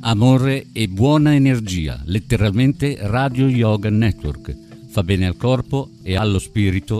Amore e buona energia, letteralmente Radio Yoga Network. Fa bene al corpo e allo spirito.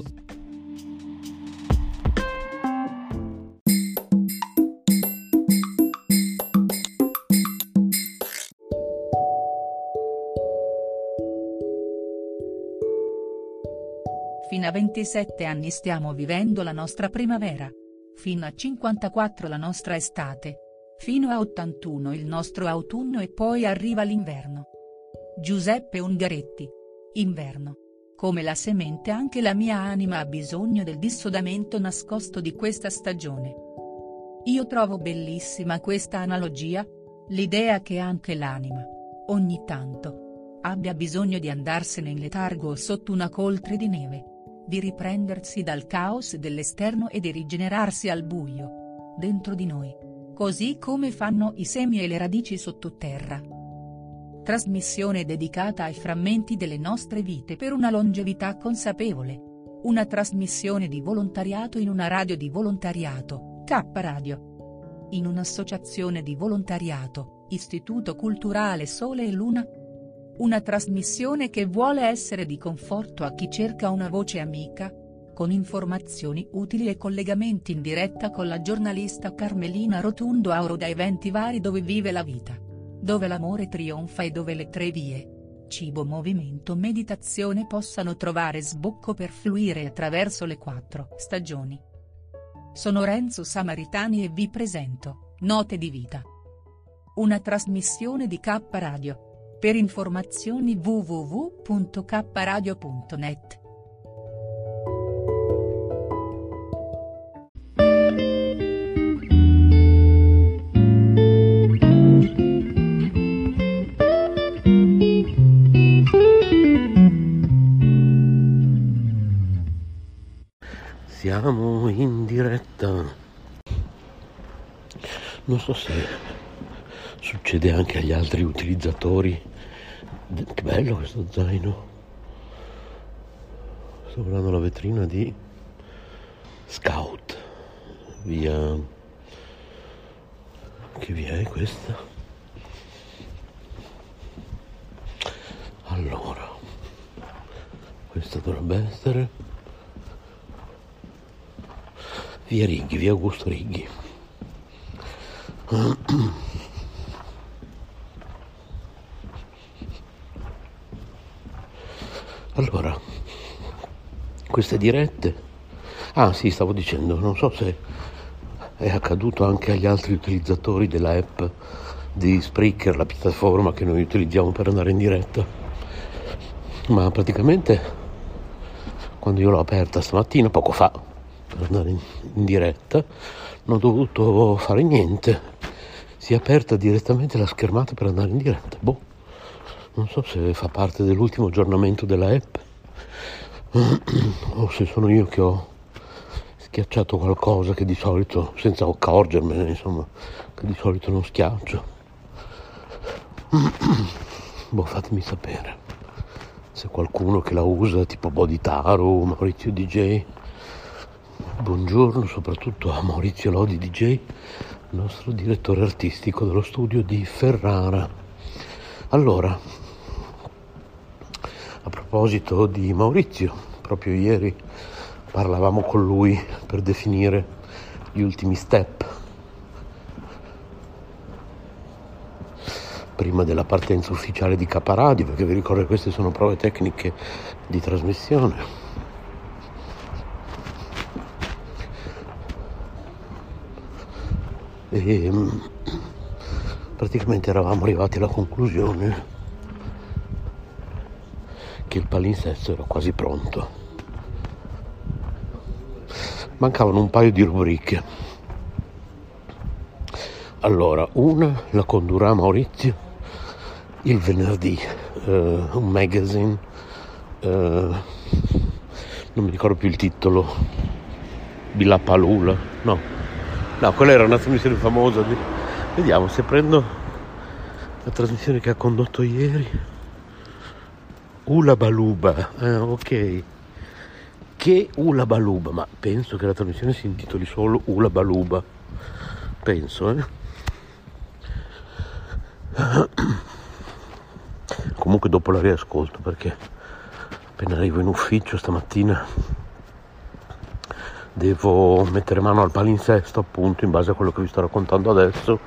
Fino a 27 anni stiamo vivendo la nostra primavera. Fino a 54 la nostra estate. Fino a 81 il nostro autunno e poi arriva l'inverno. Giuseppe Ungaretti. Inverno. Come la semente anche la mia anima ha bisogno del dissodamento nascosto di questa stagione. Io trovo bellissima questa analogia, l'idea che anche l'anima, ogni tanto, abbia bisogno di andarsene in letargo sotto una coltre di neve, di riprendersi dal caos dell'esterno e di rigenerarsi al buio, dentro di noi, così come fanno i semi e le radici sottoterra. Trasmissione dedicata ai frammenti delle nostre vite per una longevità consapevole. Una trasmissione di volontariato in una radio di volontariato, K Radio. In un'associazione di volontariato, Istituto Culturale Sole e Luna. Una trasmissione che vuole essere di conforto a chi cerca una voce amica, con informazioni utili e collegamenti in diretta con la giornalista Carmelina Rotundo Auro da eventi vari dove vive la vita, dove l'amore trionfa e dove le tre vie, cibo, movimento, meditazione possano trovare sbocco per fluire attraverso le 4 stagioni. Sono Renzo Samaritani e vi presento Note di Vita. Una trasmissione di K Radio. Per informazioni www.kradio.net. Siamo in diretta. Non so se succede anche agli altri utilizzatori. Che bello questo zaino. Sto guardando la vetrina di Scout. Via. Che via è questa? Allora, questa dovrebbe essere via Righi, via Augusto Righi. Allora, queste dirette, sì, stavo dicendo, non so se è accaduto anche agli altri utilizzatori della app di Spreaker, la piattaforma che noi utilizziamo per andare in diretta, ma praticamente quando io l'ho aperta stamattina, poco fa, per andare in diretta, non ho dovuto fare niente, si è aperta direttamente la schermata per andare in diretta, non so se fa parte dell'ultimo aggiornamento della app o se sono io che ho schiacciato qualcosa che di solito, senza accorgermene, insomma, che di solito non schiaccio. Fatemi sapere se qualcuno che la usa, tipo Bodhitaro, Maurizio DJ. Buongiorno soprattutto a Maurizio Lodi DJ, il nostro direttore artistico dello studio di Ferrara. Allora, a proposito di Maurizio, proprio ieri parlavamo con lui per definire gli ultimi step prima della partenza ufficiale di K Radio, perché vi ricordo che queste sono prove tecniche di trasmissione. E praticamente eravamo arrivati alla conclusione che il palinsesto era quasi pronto. Mancavano un paio di rubriche. Allora, una la condurrà Maurizio il venerdì, un magazine, non mi ricordo più il titolo, Bilapalula, no, quella era una trasmissione famosa. Vediamo se prendo la trasmissione che ha condotto ieri. Ula Baluba, ok. Che Ula Baluba, ma penso che la trasmissione si intitoli solo Ula Baluba, penso, Comunque dopo la riascolto, perché appena arrivo in ufficio stamattina devo mettere mano al palinsesto, appunto, in base a quello che vi sto raccontando adesso,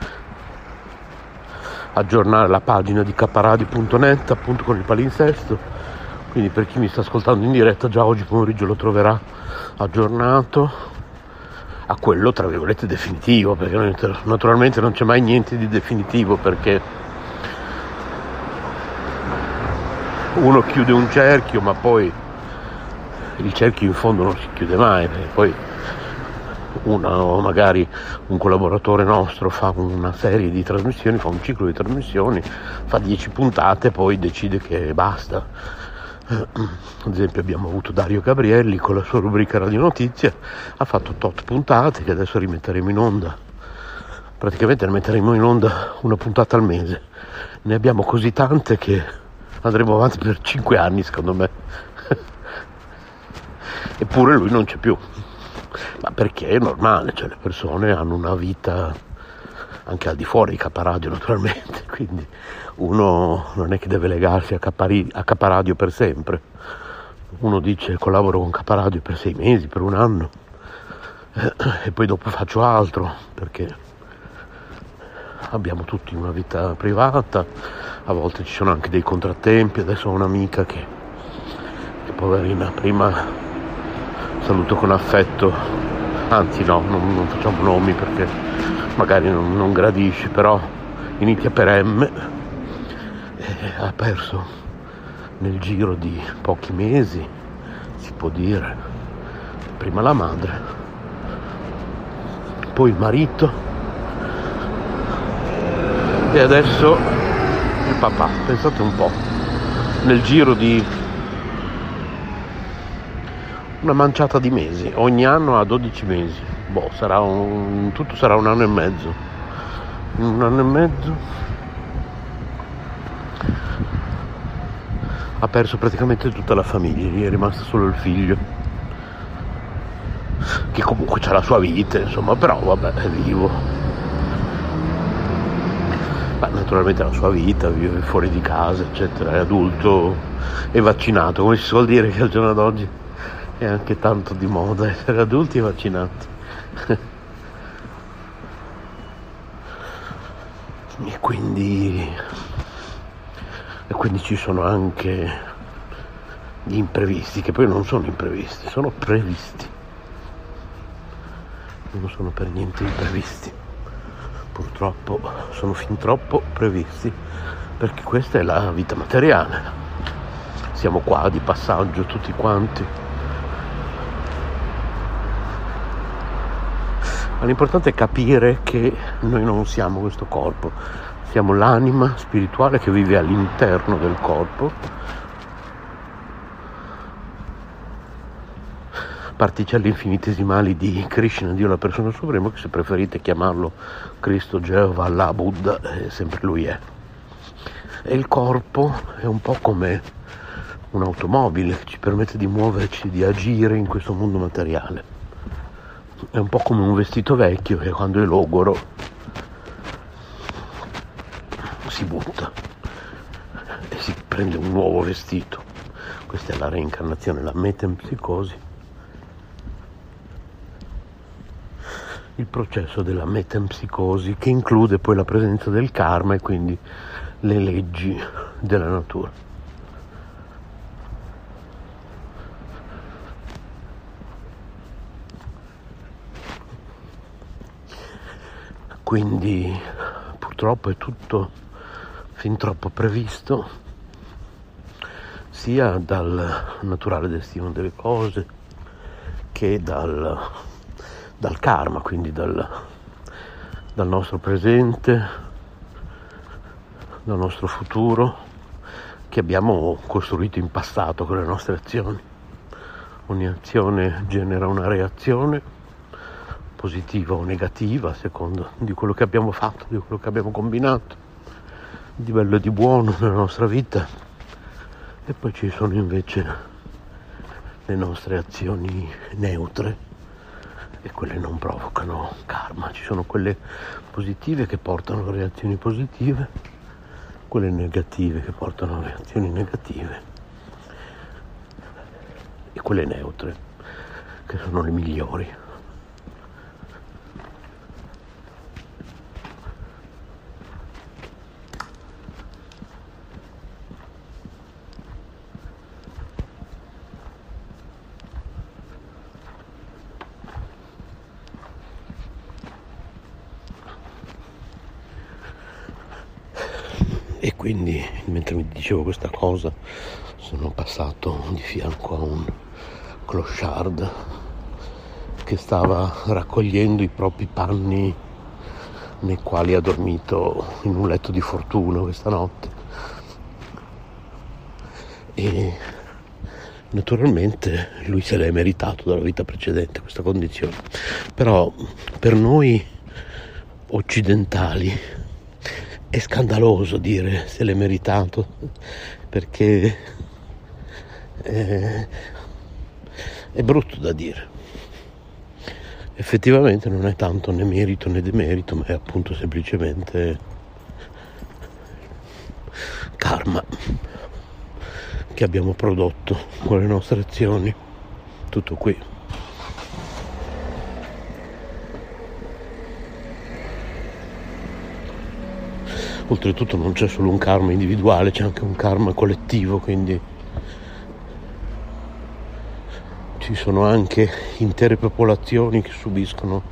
aggiornare la pagina di kparadio.net, appunto, con il palinsesto. Quindi per chi mi sta ascoltando in diretta, già oggi pomeriggio lo troverà aggiornato a quello, tra virgolette, definitivo, perché naturalmente non c'è mai niente di definitivo, perché uno chiude un cerchio, ma poi il cerchio in fondo non si chiude mai, perché poi magari un collaboratore nostro fa una serie di trasmissioni, fa un ciclo di trasmissioni, fa 10 puntate, poi decide che basta. Ad esempio abbiamo avuto Dario Gabrielli con la sua rubrica Radio Notizie, ha fatto tot puntate che adesso rimetteremo in onda. Praticamente ne metteremo in onda una puntata al mese. Ne abbiamo così tante che andremo avanti per 5 anni, secondo me. Eppure lui non c'è più. Ma perché è normale, cioè le persone hanno una vita anche al di fuori di Kparadio, naturalmente, quindi uno non è che deve legarsi a Kparadio per sempre. Uno dice collaboro con Kparadio per 6 mesi, per 1 anno, e poi dopo faccio altro, perché abbiamo tutti una vita privata, a volte ci sono anche dei contrattempi. Adesso ho un'amica che poverina, prima saluto con affetto, anzi no, non facciamo nomi perché magari non gradisci, però inizia per M, ha perso nel giro di pochi mesi, si può dire, prima la madre, poi il marito e adesso il papà. Pensate un po', nel giro di una manciata di mesi. Ogni anno ha 12 mesi, tutto sarà 1 anno e mezzo. In 1 anno e mezzo ha perso praticamente tutta la famiglia, gli è rimasto solo il figlio, che comunque c'ha la sua vita, insomma, però vabbè, è vivo. Ma naturalmente la sua vita, vive fuori di casa, eccetera, è adulto, è vaccinato, come si suol dire, che al giorno d'oggi è anche tanto di moda essere adulti e vaccinati. E quindi ci sono anche gli imprevisti, che poi non sono imprevisti, sono previsti. Non sono per niente imprevisti. Purtroppo sono fin troppo previsti, perché questa è la vita materiale. Siamo qua di passaggio tutti quanti. Ma l'importante è capire che noi non siamo questo corpo, siamo l'anima spirituale che vive all'interno del corpo, particelle infinitesimali di Krishna, Dio la persona suprema, che se preferite chiamarlo Cristo, Geova, Allah, Buddha, sempre lui è. E il corpo è un po' come un'automobile che ci permette di muoverci, di agire in questo mondo materiale. È un po' come un vestito vecchio che quando è logoro si butta e si prende un nuovo vestito. Questa è la reincarnazione, la metempsicosi, il processo della metempsicosi, che include poi la presenza del karma e quindi le leggi della natura. Quindi purtroppo è tutto fin troppo previsto, sia dal naturale destino delle cose che dal karma, quindi dal nostro presente, dal nostro futuro, che abbiamo costruito in passato con le nostre azioni. Ogni azione genera una reazione, positiva o negativa, a seconda di quello che abbiamo fatto, di quello che abbiamo combinato, di bello e di buono nella nostra vita. E poi ci sono invece le nostre azioni neutre, e quelle non provocano karma. Ci sono quelle positive che portano a reazioni positive, quelle negative che portano a reazioni negative e quelle neutre che sono le migliori. E quindi, mentre mi dicevo questa cosa, sono passato di fianco a un clochard che stava raccogliendo i propri panni nei quali ha dormito in un letto di fortuna questa notte. E naturalmente lui se l'è meritato dalla vita precedente questa condizione. Però per noi occidentali è scandaloso dire se l'è meritato, perché è brutto da dire. Effettivamente non è tanto né merito né demerito, ma è appunto semplicemente karma che abbiamo prodotto con le nostre azioni. Tutto qui. Oltretutto non c'è solo un karma individuale, c'è anche un karma collettivo, quindi ci sono anche intere popolazioni che subiscono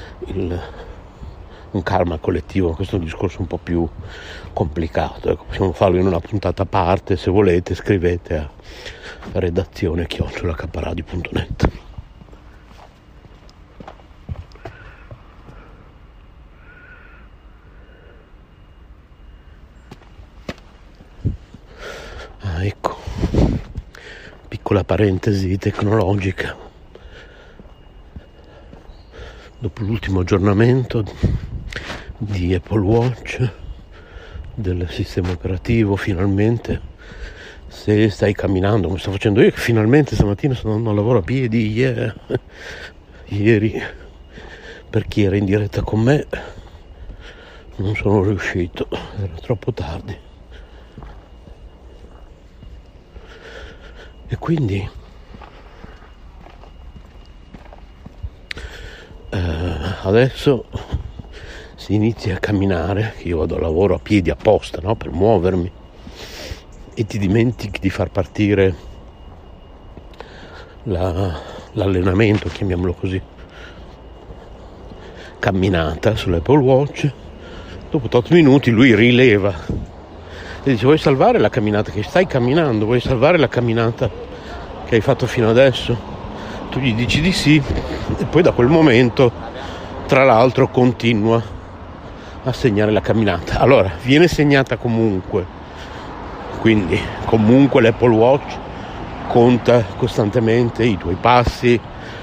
un karma collettivo. Questo è un discorso un po' più complicato, ecco, possiamo farlo in una puntata a parte. Se volete scrivete a redazione@caparadio.net. Ecco, piccola parentesi tecnologica. Dopo l'ultimo aggiornamento di Apple Watch, del sistema operativo, finalmente, se stai camminando come sto facendo io, che finalmente stamattina sono andando al lavoro a piedi, ieri per chi era in diretta con me non sono riuscito, era troppo tardi. E quindi adesso si inizia a camminare. Io vado al lavoro a piedi apposta, no? Per muovermi, e ti dimentichi di far partire l'allenamento, chiamiamolo così, camminata sull'Apple Watch. Dopo 8 minuti lui rileva e dice: vuoi salvare la camminata che stai camminando? Vuoi salvare la camminata che hai fatto fino adesso? Tu gli dici di sì, e poi da quel momento, tra l'altro, continua a segnare la camminata. Allora, viene segnata comunque, quindi comunque l'Apple Watch conta costantemente i tuoi passi,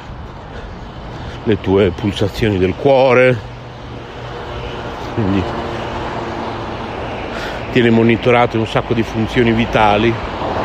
le tue pulsazioni del cuore, quindi tiene monitorato un sacco di funzioni vitali.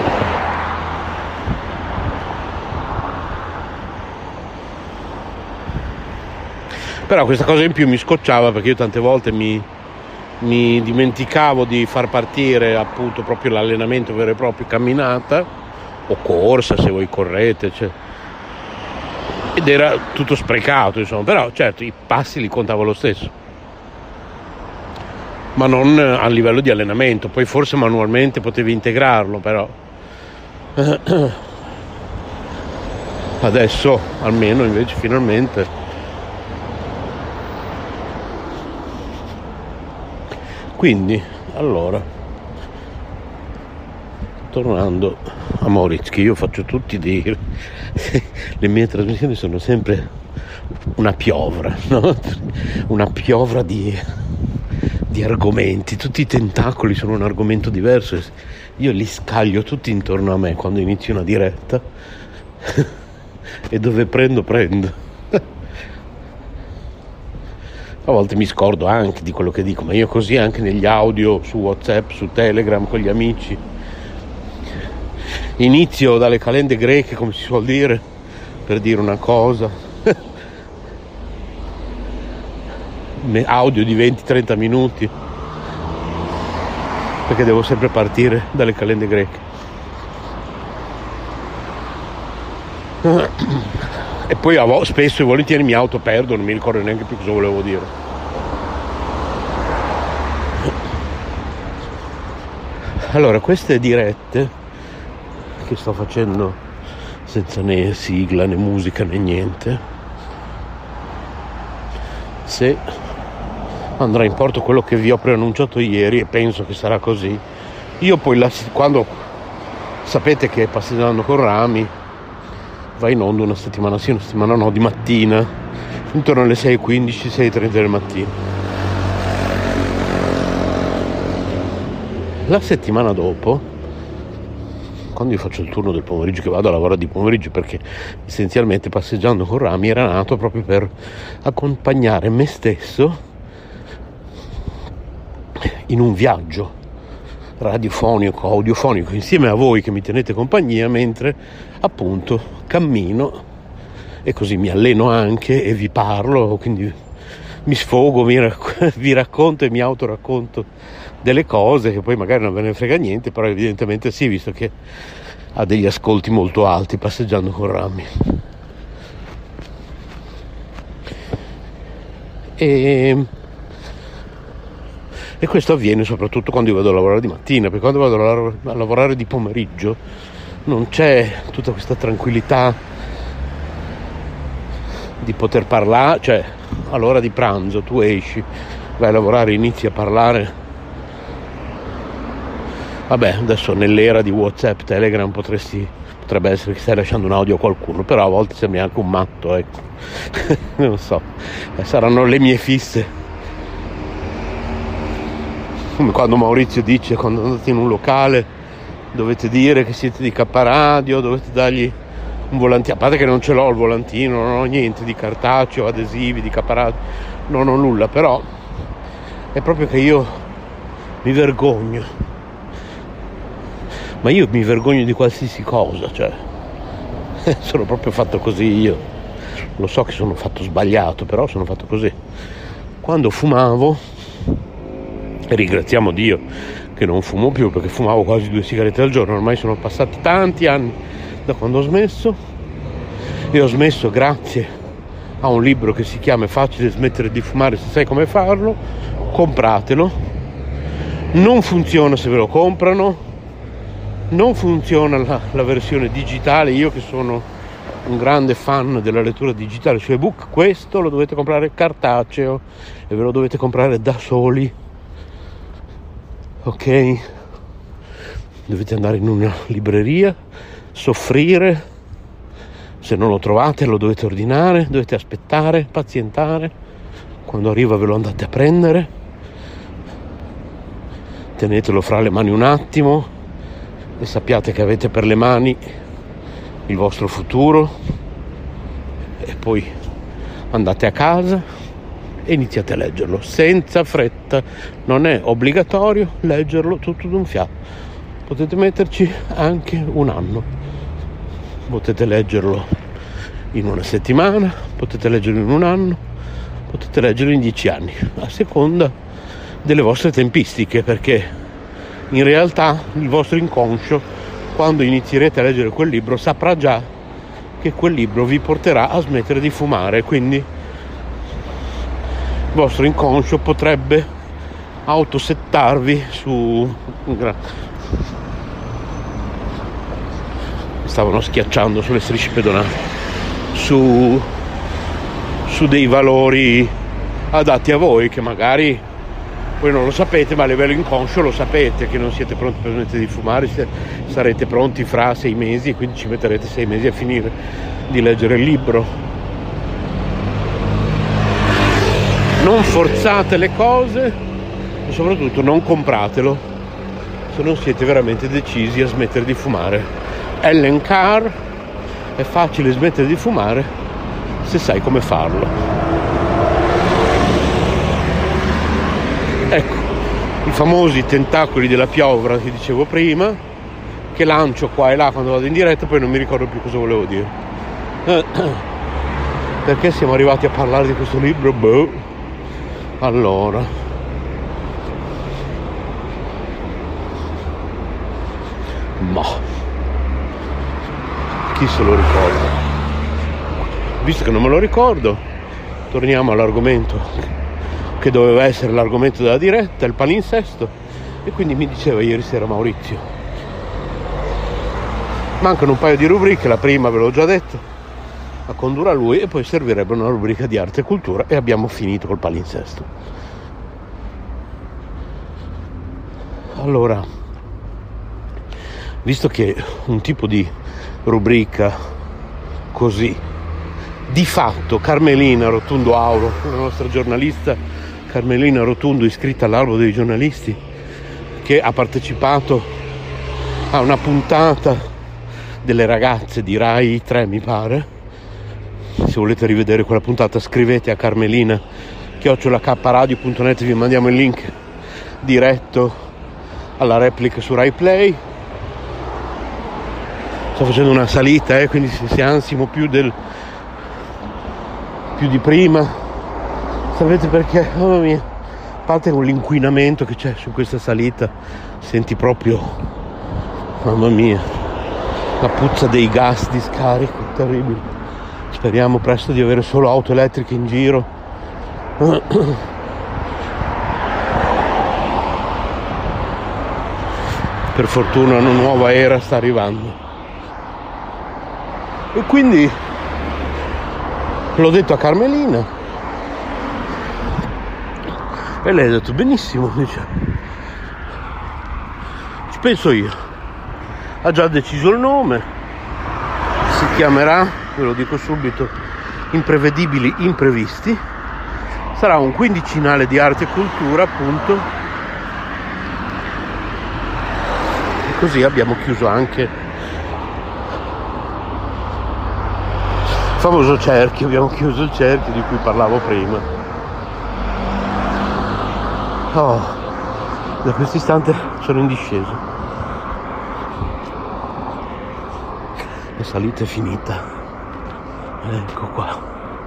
Però questa cosa in più mi scocciava, perché io tante volte mi dimenticavo di far partire appunto proprio l'allenamento vero e proprio, camminata o corsa se voi correte, cioè. Ed era tutto sprecato, insomma. Però certo i passi li contavo lo stesso, ma non a livello di allenamento. Poi forse manualmente potevi integrarlo, però adesso almeno invece finalmente. Quindi allora, tornando a Moritz, che io faccio tutti dire, le mie trasmissioni sono sempre una piovra, no? Una piovra di argomenti, tutti i tentacoli sono un argomento diverso, io li scaglio tutti intorno a me quando inizio una diretta e dove prendo. A volte mi scordo anche di quello che dico, ma io così anche negli audio su WhatsApp, su Telegram con gli amici inizio dalle calende greche, come si suol dire, per dire una cosa audio di 20-30 minuti, perché devo sempre partire dalle calende greche. E poi spesso e volentieri mi autoperdo, non mi ricordo neanche più cosa volevo dire. Allora, queste dirette che sto facendo senza né sigla né musica né niente, se andrà in porto quello che vi ho preannunciato ieri, e penso che sarà così, io poi quando sapete che Passeggiando con Rami va in onda una settimana sì, una settimana no, di mattina, intorno alle 6:15, 6:30 del mattino. La settimana dopo, quando io faccio il turno del pomeriggio, che vado a lavorare di pomeriggio, perché essenzialmente Passeggiando con Rami era nato proprio per accompagnare me stesso in un viaggio radiofonico, audiofonico, insieme a voi che mi tenete compagnia, mentre appunto cammino, e così mi alleno anche e vi parlo, quindi mi sfogo, vi racconto e mi autoracconto delle cose che poi magari non ve ne frega niente, però evidentemente sì, visto che ha degli ascolti molto alti Passeggiando con Rami. E questo avviene soprattutto quando io vado a lavorare di mattina, perché quando vado a lavorare di pomeriggio non c'è tutta questa tranquillità di poter parlare, cioè all'ora di pranzo tu esci, vai a lavorare, inizi a parlare. Vabbè, adesso nell'era di WhatsApp, Telegram potrebbe essere che stai lasciando un audio a qualcuno, però a volte sembri anche un matto, ecco. Non so, saranno le mie fisse. Come quando Maurizio dice, quando andate in un locale dovete dire che siete di K Radio, dovete dargli un volantino, a parte che non ce l'ho il volantino, non ho niente di cartaceo, adesivi di K Radio, non ho nulla, però è proprio che io mi vergogno, ma io mi vergogno di qualsiasi cosa, cioè sono proprio fatto così io, lo so che sono fatto sbagliato, però sono fatto così. Quando fumavo, e ringraziamo Dio che non fumo più, perché fumavo quasi 2 sigarette al giorno, ormai sono passati tanti anni da quando ho smesso, e ho smesso grazie a un libro che si chiama È facile smettere di fumare se sai come farlo. Compratelo, non funziona se ve lo comprano, non funziona la versione digitale, io che sono un grande fan della lettura digitale su ebook, questo lo dovete comprare cartaceo e ve lo dovete comprare da soli. Ok, dovete andare in una libreria, soffrire, se non lo trovate lo dovete ordinare, dovete aspettare, pazientare, quando arriva ve lo andate a prendere, tenetelo fra le mani un attimo e sappiate che avete per le mani il vostro futuro, e poi andate a casa e iniziate a leggerlo senza fretta. Non è obbligatorio leggerlo tutto d'un fiato, potete metterci anche un anno, potete leggerlo in una settimana, potete leggerlo in un anno, potete leggerlo in 10 anni, a seconda delle vostre tempistiche, perché in realtà il vostro inconscio, quando inizierete a leggere quel libro, saprà già che quel libro vi porterà a smettere di fumare, quindi il vostro inconscio potrebbe autosettarvi su... stavano schiacciando sulle strisce pedonali, su dei valori adatti a voi, che magari voi non lo sapete, ma a livello inconscio lo sapete che non siete pronti per smettere di fumare, sarete pronti fra 6 mesi, e quindi ci metterete 6 mesi a finire di leggere il libro. Non forzate le cose e soprattutto non compratelo se non siete veramente decisi a smettere di fumare. Ellen Carr, è facile smettere di fumare se sai come farlo. Ecco, i famosi tentacoli della piovra che dicevo prima, che lancio qua e là quando vado in diretta, poi non mi ricordo più cosa volevo dire. Perché siamo arrivati a parlare di questo libro? Allora, ma chi se lo ricorda? Visto che non me lo ricordo, torniamo all'argomento che doveva essere l'argomento della diretta, il palinsesto. E quindi mi diceva ieri sera Maurizio, mancano un paio di rubriche, la prima ve l'ho già detto, a condurre a lui, e poi servirebbe una rubrica di arte e cultura, e abbiamo finito col palinsesto. Allora, visto che un tipo di rubrica così, di fatto Carmelina Rotundo Auro, la nostra giornalista Carmelina Rotundo, iscritta all'albo dei giornalisti, che ha partecipato a una puntata delle ragazze di Rai 3 mi pare. Se volete rivedere quella puntata scrivete a carmelina@kradio.net, vi mandiamo il link diretto alla replica su Rai Play. Sto facendo una salita, quindi se ansimo più di prima, sapete perché? Mamma mia, a parte con l'inquinamento che c'è su questa salita, senti proprio, mamma mia, la puzza dei gas di scarico, terribile. Speriamo presto di avere solo auto elettriche in giro. Per fortuna una nuova era sta arrivando. E quindi l'ho detto a Carmelina e lei ha detto benissimo, dice, ci penso io. Ha già deciso il nome, si chiamerà, ve lo dico subito, Imprevedibili Imprevisti. Sarà un quindicinale di arte e cultura, appunto. E così abbiamo chiuso anche il famoso cerchio, abbiamo chiuso il cerchio di cui parlavo prima. Da questo istante sono in discesa. La salita è finita. Ecco qua.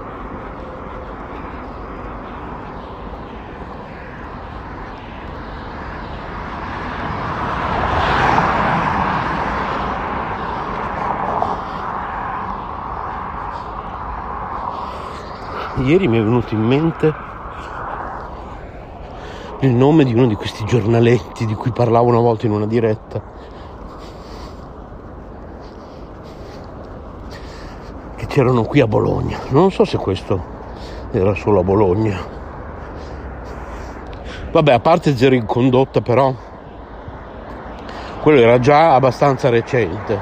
Ieri mi è venuto in mente il nome di uno di questi giornaletti di cui parlavo una volta in una diretta, che c'erano qui a Bologna. Non so se questo era solo a Bologna. Vabbè, a parte Zero in condotta, però quello era già abbastanza recente.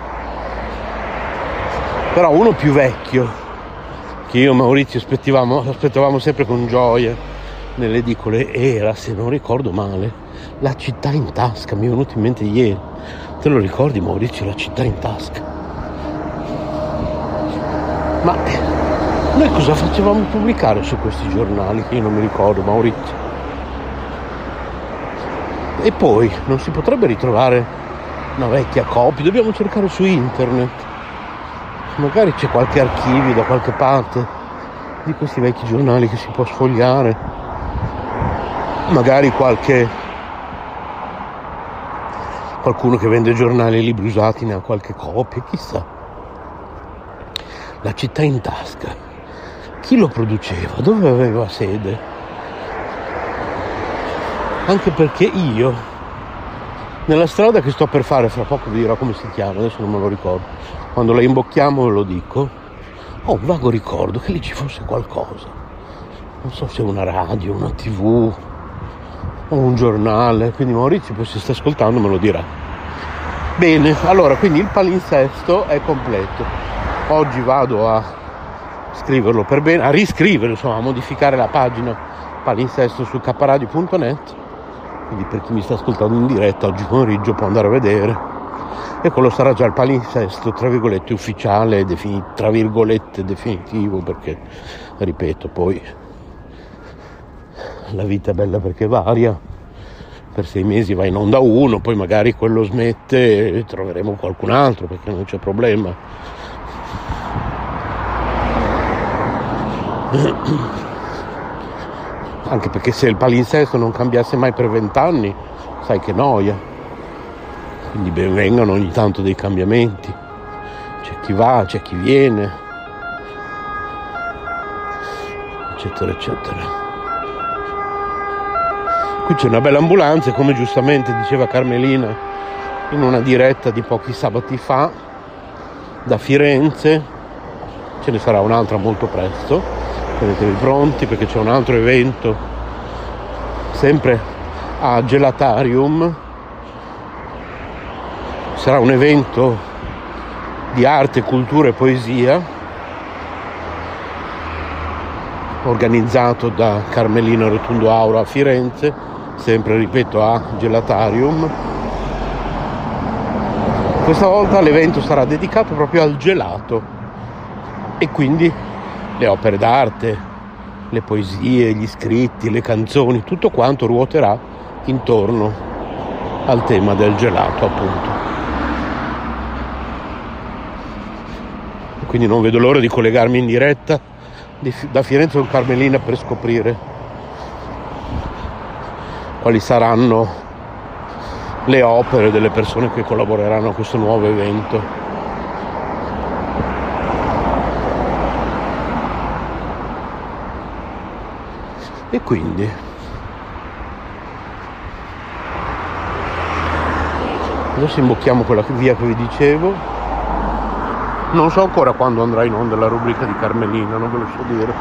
Però uno più vecchio, che io e Maurizio aspettavamo sempre con gioia nelle edicole, era, se non ricordo male, La città in tasca. Mi è venuto in mente ieri. Te lo ricordi, Maurizio, La città in tasca? Ma noi cosa facevamo pubblicare su questi giornali, che io non mi ricordo, Maurizio? E poi non si potrebbe ritrovare una vecchia copia? Dobbiamo cercare su internet, magari c'è qualche archivio da qualche parte di questi vecchi giornali che si può sfogliare, magari qualcuno che vende giornali e libri usati ne ha qualche copia, chissà. La città in tasca, chi lo produceva? Dove aveva sede? Anche perché io, nella strada che sto per fare, fra poco vi dirò come si chiama, adesso non me lo ricordo, quando la imbocchiamo ve lo dico, ho un vago ricordo che lì ci fosse qualcosa, non so se una radio, una tv o un giornale, quindi Maurizio poi se sta ascoltando me lo dirà. Bene, allora quindi il palinsesto è completo. Oggi vado a scriverlo per bene, a riscrivere, insomma, a modificare la pagina palinsesto su kradio.net, quindi per chi mi sta ascoltando in diretta oggi pomeriggio può andare a vedere, e quello sarà già il palinsesto tra virgolette ufficiale, tra virgolette definitivo, perché ripeto, poi la vita è bella perché varia. Per 6 mesi va in onda uno, poi magari quello smette e troveremo qualcun altro, perché non c'è problema. anche perché se il palinsesto non cambiasse mai per 20 anni, sai che noia. Quindi ben vengano ogni tanto dei cambiamenti, c'è chi va, c'è chi viene, eccetera eccetera. Qui c'è una bella ambulanza, come giustamente diceva Carmelina in una diretta di pochi sabati fa da Firenze. Ce ne sarà un'altra molto presto, tenetevi pronti perché c'è un altro evento sempre a Gelatarium. Sarà un evento di arte, cultura e poesia organizzato da Carmelina Rotundo Aura a Firenze, sempre ripeto a Gelatarium. Questa volta l'evento sarà dedicato proprio al gelato e quindi le opere d'arte, le poesie, gli scritti, le canzoni, tutto quanto ruoterà intorno al tema del gelato, appunto. Quindi non vedo l'ora di collegarmi in diretta da Firenze con Carmelina per scoprire quali saranno le opere delle persone che collaboreranno a questo nuovo evento. E quindi adesso imbocchiamo quella via che vi dicevo. Non so ancora quando andrà in onda la rubrica di Carmelina, non ve lo so dire.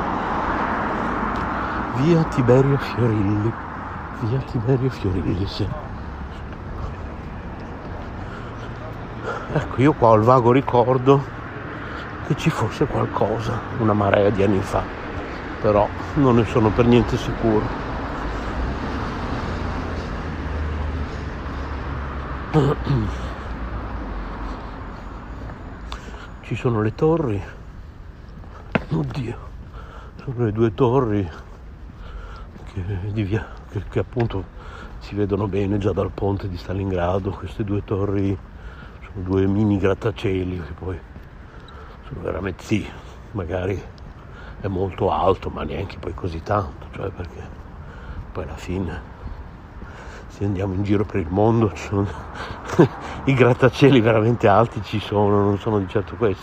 Via Tiberio Fiorilli. Via Tiberio Fiorilli, sì. Ecco, io qua ho il vago ricordo che ci fosse qualcosa una marea di anni fa, però non ne sono per niente sicuro. Ci sono le torri, oddio, sono le due torri che appunto si vedono bene già dal ponte di Stalingrado. Queste due torri sono due mini grattacieli che poi sono veramente, sì, magari è molto alto, ma neanche poi così tanto, cioè perché poi alla fine se andiamo in giro per il mondo ci sono i grattacieli veramente alti, ci sono, non sono di certo questi.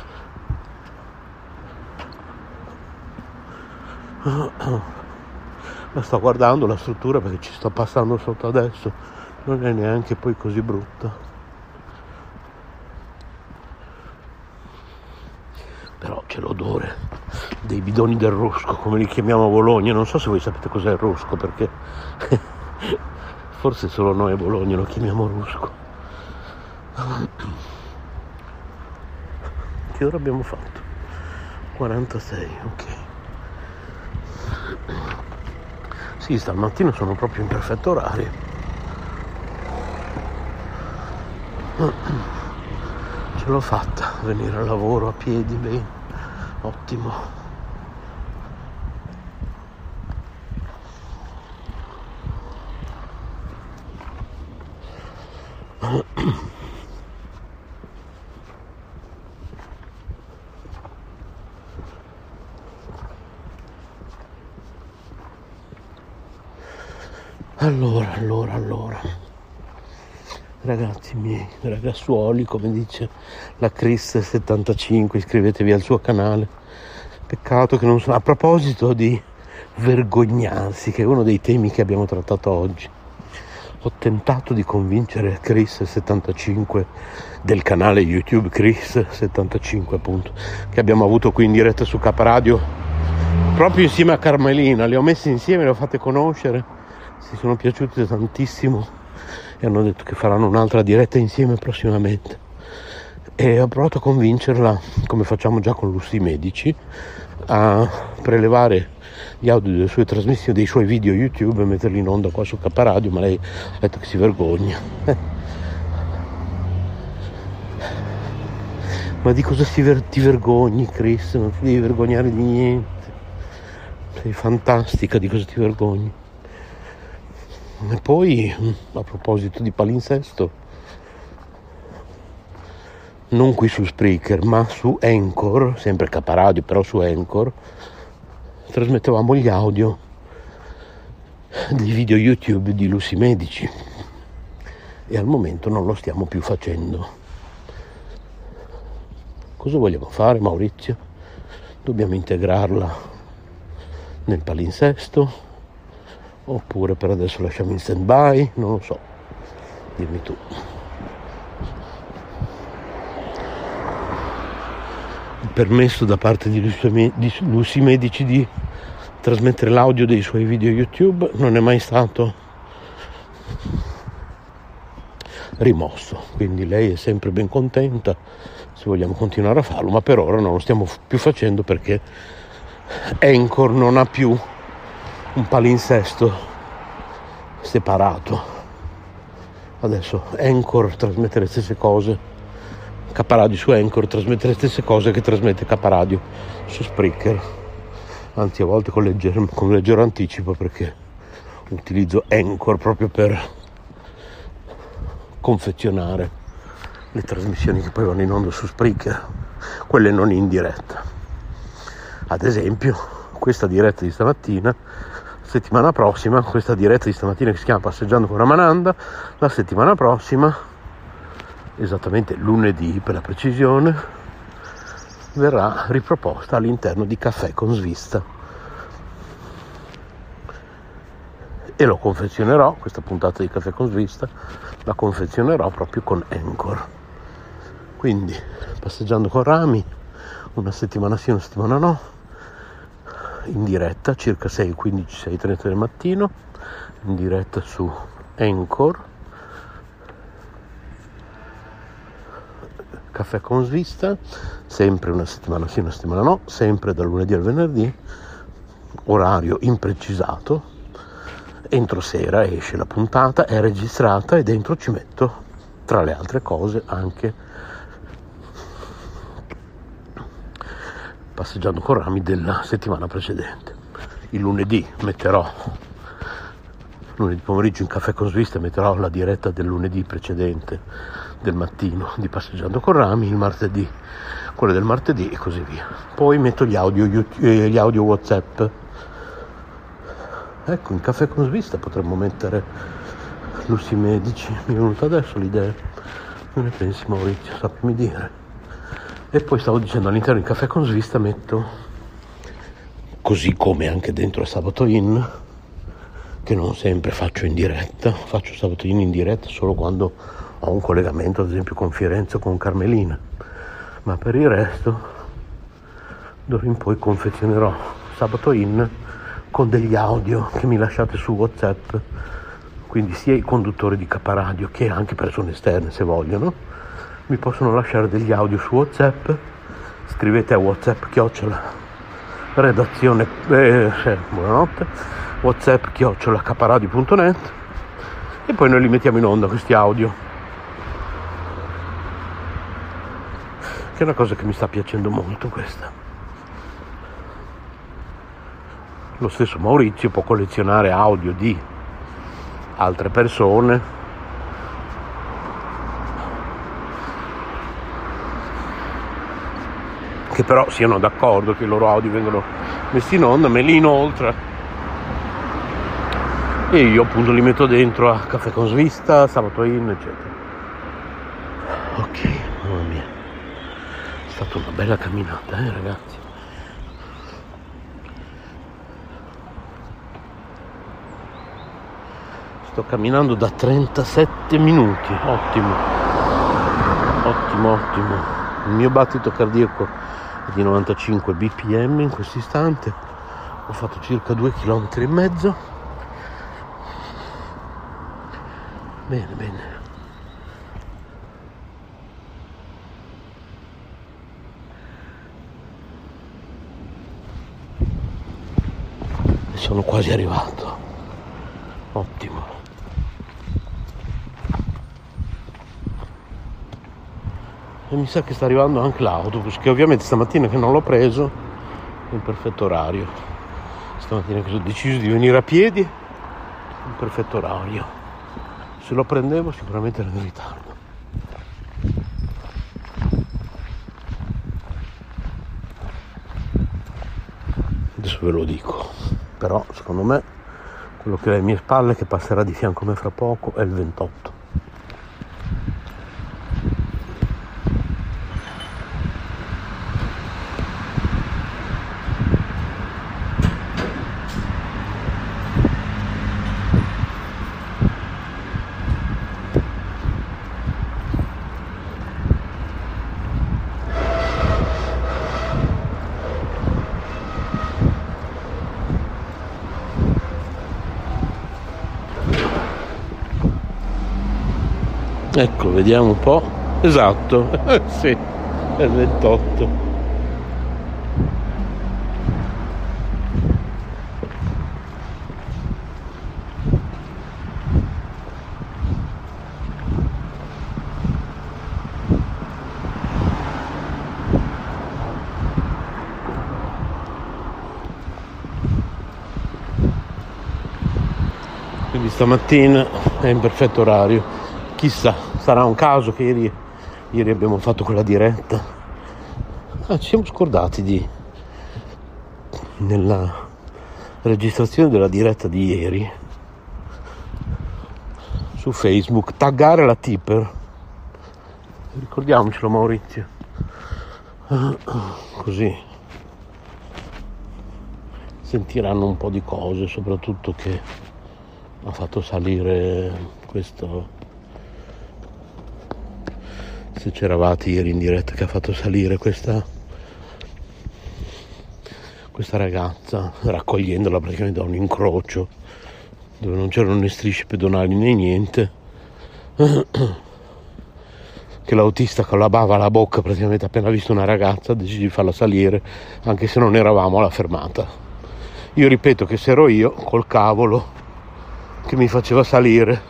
La sto guardando la struttura perché ci sto passando sotto adesso, non è neanche poi così brutta, però c'è l'odore dei bidoni del Rusco, come li chiamiamo a Bologna. Non so se voi sapete cos'è il Rusco, perché forse solo noi a Bologna lo chiamiamo Rusco. Che ora abbiamo fatto? 46, ok. Sì, stamattina sono proprio in perfetto orario. Ce l'ho fatta a venire al lavoro a piedi, bene, ottimo. Allora, ragazzi miei, ragazzuoli, come dice la Chris75, iscrivetevi al suo canale. Peccato che non sono. A proposito di vergognarsi, che è uno dei temi che abbiamo trattato oggi, ho tentato di convincere Chris75 del canale YouTube Chris75, appunto, che abbiamo avuto qui in diretta su K Radio, proprio insieme a Carmelina. Le ho messe insieme, le ho fatte conoscere, si sono piaciute tantissimo e hanno detto che faranno un'altra diretta insieme prossimamente. E ho provato a convincerla, come facciamo già con Lusti Medici, a prelevare gli audio delle sue trasmissioni, dei suoi video YouTube e metterli in onda qua su K Radio, ma lei ha detto che si vergogna. Ma di cosa ti vergogni, Chris? Non ti devi vergognare di niente, sei fantastica, di cosa ti vergogni? E poi, a proposito di palinsesto, non qui su Spreaker, ma su Anchor, sempre K Radio, però su Anchor, trasmettevamo gli audio dei video YouTube di Lucy Medici, e al momento non lo stiamo più facendo. Cosa vogliamo fare, Maurizio? Dobbiamo integrarla nel palinsesto oppure per adesso lasciamo in stand by? Non lo so, dimmi tu. Il permesso da parte di Lucy Medici di trasmettere l'audio dei suoi video YouTube non è mai stato rimosso, quindi lei è sempre ben contenta se vogliamo continuare a farlo, ma per ora non lo stiamo più facendo perché Anchor non ha più un palinsesto separato. Adesso Anchor trasmette le stesse cose, Caparadio su Anchor trasmette le stesse cose che trasmette Caparadio su Spreaker, anzi a volte con leggero anticipo, perché utilizzo Anchor proprio per confezionare le trasmissioni che poi vanno in onda su Spreaker, quelle non in diretta. Ad esempio questa diretta di stamattina, settimana prossima, questa diretta di stamattina che si chiama Passeggiando con Ramananda, la settimana prossima, esattamente lunedì per la precisione, verrà riproposta all'interno di Caffè con Svista, e lo confezionerò, questa puntata di Caffè con Svista la confezionerò proprio con Anchor. Quindi Passeggiando con Rami, una settimana sì, una settimana no, in diretta circa 6:15, 6:30 del mattino, in diretta su Anchor. Caffè con Svista, sempre una settimana sì, una settimana no, sempre dal lunedì al venerdì, orario imprecisato. Entro sera esce la puntata, è registrata e dentro ci metto, tra le altre cose, anche Passeggiando con Rami della settimana precedente. Il lunedì pomeriggio in Caffè con Svista metterò la diretta del lunedì precedente, del mattino, di Passeggiando con Rami, il martedì quelle del martedì e così via. Poi metto gli audio WhatsApp. Ecco, in Caffè con Svista potremmo mettere Lucy Medici, mi è venuta adesso l'idea. Non ne pensi, Maurizio? Sappimi dire. E poi stavo dicendo, all'interno di Caffè con Svista metto, così come anche dentro a Sabato In, che non sempre faccio in diretta, faccio Sabato In diretta solo quando ho un collegamento, ad esempio con Firenze o con Carmelina, ma per il resto d'ora in poi confezionerò Sabato In con degli audio che mi lasciate su WhatsApp, quindi sia i conduttori di Caparadio che anche persone esterne, se vogliono, mi possono lasciare degli audio su WhatsApp. Scrivete a WhatsApp redazione buonanotte, WhatsApp @caparadio.net, e poi noi li mettiamo in onda questi audio, che è una cosa che mi sta piacendo molto questa. Lo stesso Maurizio può collezionare audio di altre persone che però siano d'accordo che i loro audio vengano messi in onda, me li inoltra e io appunto li metto dentro a Caffè con Svista, Sabato In, eccetera. Ok, mamma mia, è stata una bella camminata, ragazzi. Sto camminando da 37 minuti, ottimo. Il mio battito cardiaco è di 95 bpm in questo istante. Ho fatto circa 2,5 km. Bene. E sono quasi arrivato. Ottimo. E mi sa che sta arrivando anche l'autobus, che ovviamente stamattina che non l'ho preso è in perfetto orario. Stamattina che ho deciso di venire a piedi, in perfetto orario. Se lo prendevo sicuramente era in ritardo. Adesso ve lo dico, però secondo me Quello che è alle mie spalle, che passerà di fianco a me fra poco, è il 28. Ecco, vediamo un po'. Esatto, sì, è il 28. Quindi stamattina è in perfetto orario. Chissà, sarà un caso che ieri abbiamo fatto quella diretta. Ci siamo scordati nella registrazione della diretta di ieri su Facebook taggare la tipper. Ricordiamocelo, Maurizio, così sentiranno un po' di cose, soprattutto che ha fatto salire questo. Se c'eravate ieri in diretta, che ha fatto salire questa ragazza, raccogliendola praticamente da un incrocio dove non c'erano né strisce pedonali né niente, che l'autista con la bava alla bocca praticamente appena visto una ragazza decise di farla salire anche se non eravamo alla fermata. Io ripeto che se ero io col cavolo che mi faceva salire,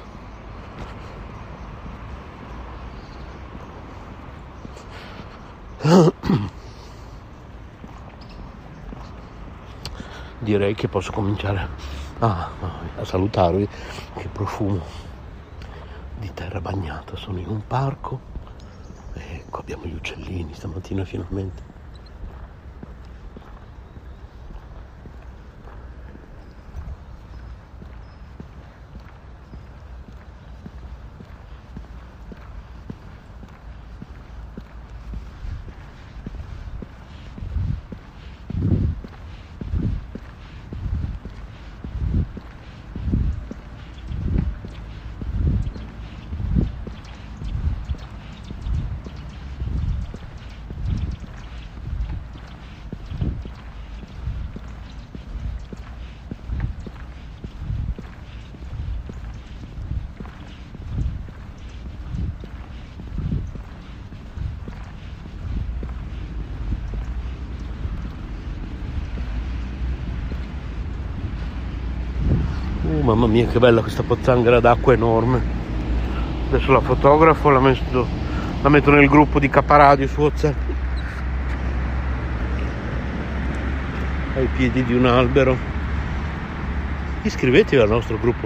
direi che posso cominciare a salutarvi. Che profumo di terra bagnata, sono in un parco, ecco, abbiamo gli uccellini stamattina finalmente. Mamma mia, che bella questa pozzanghera d'acqua enorme. Adesso la fotografo, la metto nel gruppo di K-Radio su WhatsApp, ai piedi di un albero. Iscrivetevi al nostro gruppo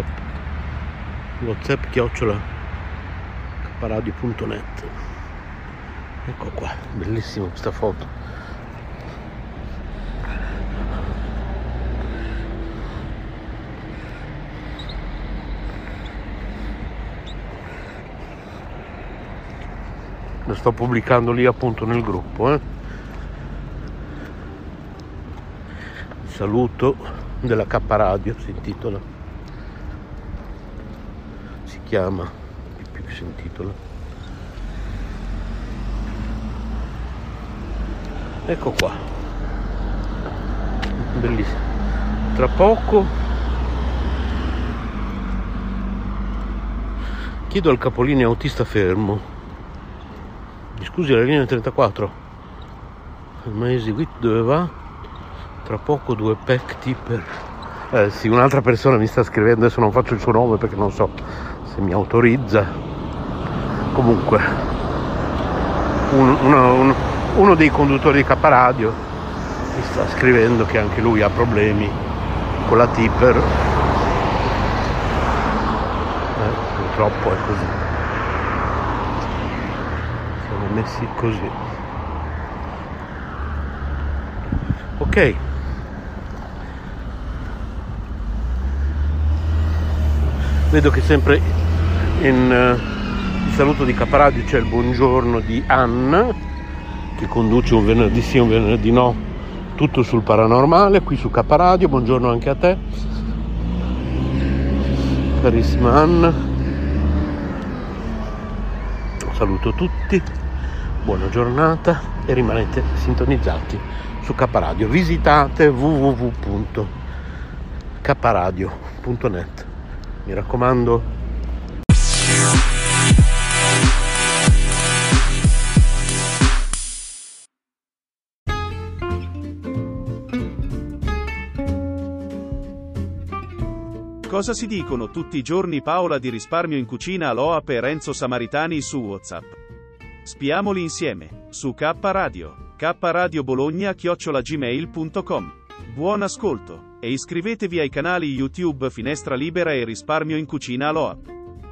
whatsapp@kpradio.net. Ecco qua, bellissima questa foto. Lo sto pubblicando lì appunto nel gruppo. Il saluto della K-Radio si intitola, si chiama, più che si intitola. Ecco qua, bellissimo. Tra poco chiedo al capolinea autista fermo: scusi, la linea 34, ma eseguito dove va? Tra poco 2 pack tipper. Sì, un'altra persona mi sta scrivendo, adesso non faccio il suo nome perché non so se mi autorizza. Comunque uno dei conduttori di K-Radio mi sta scrivendo che anche lui ha problemi con la tipper. Purtroppo è così. Messi così. Ok, Vedo che sempre in il saluto di Caparadio c'è il buongiorno di Anna, che conduce un venerdì sì, un venerdì no, tutto sul paranormale qui su Caparadio. Buongiorno anche a te, carissima Anna. Saluto tutti, buona giornata e rimanete sintonizzati su Caparadio. Visitate www.caparadio.net, mi raccomando. Cosa si dicono tutti i giorni Paola di Risparmio in Cucina, Aloap e Renzo Samaritani su WhatsApp? Spiamoli insieme, su K Radio. K Radio Bologna @gmail.com. Buon ascolto, e iscrivetevi ai canali YouTube Finestra Libera e Risparmio in Cucina Aloap.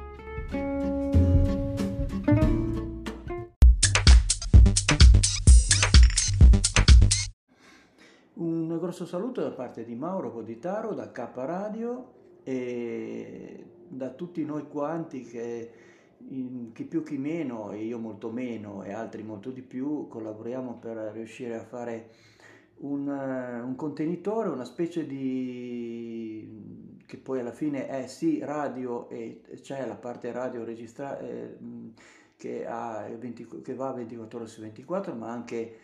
Un grosso saluto da parte di Mauro Boditaro, da K Radio e da tutti noi quanti che chi più chi meno, e io molto meno e altri molto di più, collaboriamo per riuscire a fare un contenitore, una specie di, che poi alla fine è sì radio e c'è la parte radio registrata che va 24 ore su 24, ma anche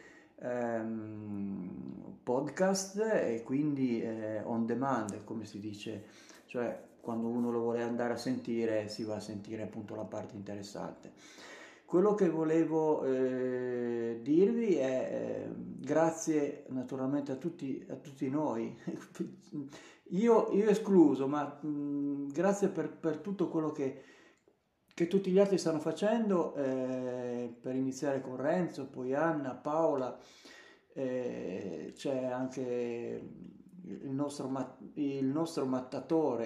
podcast e quindi on demand, come si dice, cioè quando uno lo vuole andare a sentire si va a sentire appunto la parte interessante. Quello che volevo dirvi è grazie naturalmente a tutti noi, io escluso, ma grazie per tutto quello che tutti gli altri stanno facendo, per iniziare con Renzo, poi Anna, Paola, c'è anche il nostro mattatore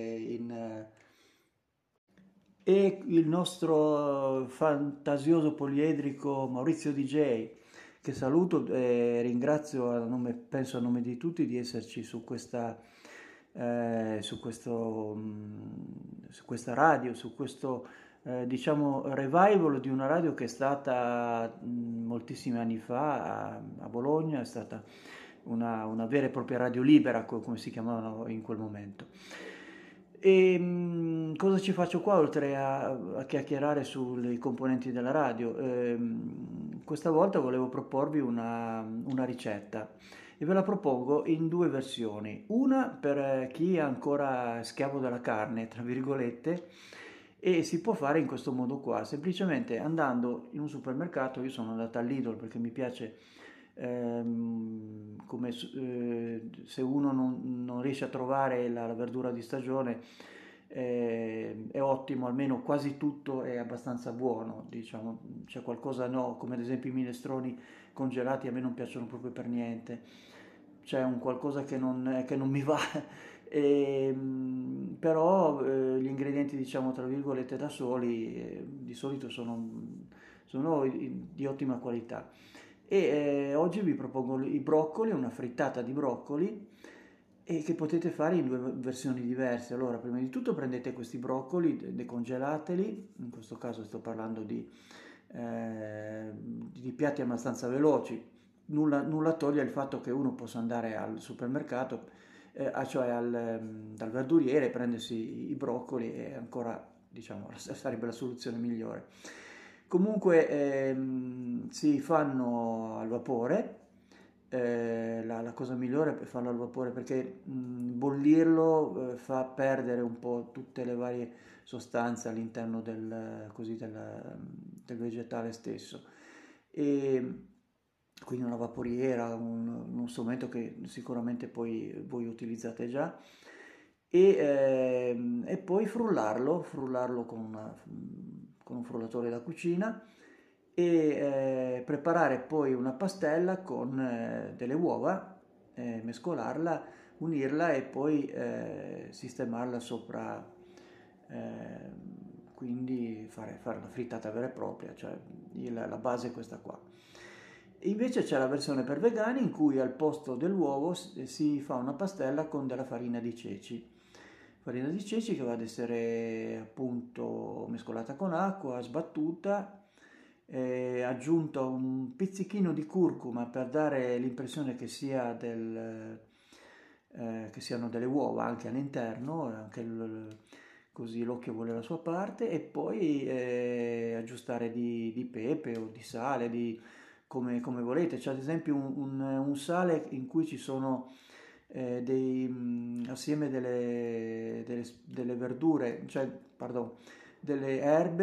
e il nostro fantasioso poliedrico Maurizio DJ, che saluto e ringrazio penso a nome di tutti di esserci su questa radio, su questo diciamo revival di una radio che è stata moltissimi anni fa a Bologna, è stata una vera e propria radio libera, come si chiamavano in quel momento. E cosa ci faccio qua oltre a chiacchierare sui componenti della radio? Questa volta volevo proporvi una ricetta e ve la propongo in due versioni. Una per chi è ancora schiavo della carne, tra virgolette, e si può fare in questo modo qua, semplicemente andando in un supermercato. Io sono andata all'Idol perché mi piace, se uno non riesce a trovare la verdura di stagione, è ottimo, almeno quasi tutto è abbastanza buono, diciamo. C'è qualcosa no, come ad esempio i minestroni congelati a me non piacciono proprio per niente, c'è un qualcosa che non mi va. Però gli ingredienti, diciamo tra virgolette da soli, di solito sono di ottima qualità. E oggi vi propongo i broccoli, una frittata di broccoli, e che potete fare in due versioni diverse. Allora, prima di tutto prendete questi broccoli, decongelateli, in questo caso sto parlando di piatti abbastanza veloci. Nulla toglie il fatto che uno possa andare al supermercato, cioè dal verduriere, prendersi i broccoli, e ancora, diciamo, sarebbe la soluzione migliore. Comunque si fanno al vapore, la cosa migliore è farlo al vapore, perché bollirlo fa perdere un po' tutte le varie sostanze all'interno del vegetale stesso. E quindi una vaporiera, uno strumento che sicuramente poi voi utilizzate già, e poi frullarlo con un frullatore da cucina, e preparare poi una pastella con delle uova, mescolarla, unirla e poi sistemarla sopra, quindi fare la frittata vera e propria, cioè la base è questa qua. Invece c'è la versione per vegani, in cui al posto dell'uovo si fa una pastella con della farina di ceci. farina di ceci che va ad essere appunto mescolata con acqua, sbattuta, aggiunto un pizzichino di curcuma per dare l'impressione che che siano delle uova anche all'interno, così l'occhio vuole la sua parte, e poi aggiustare di pepe o di sale, come volete. C'è ad esempio un sale in cui ci sono assieme delle verdure, cioè, pardon, delle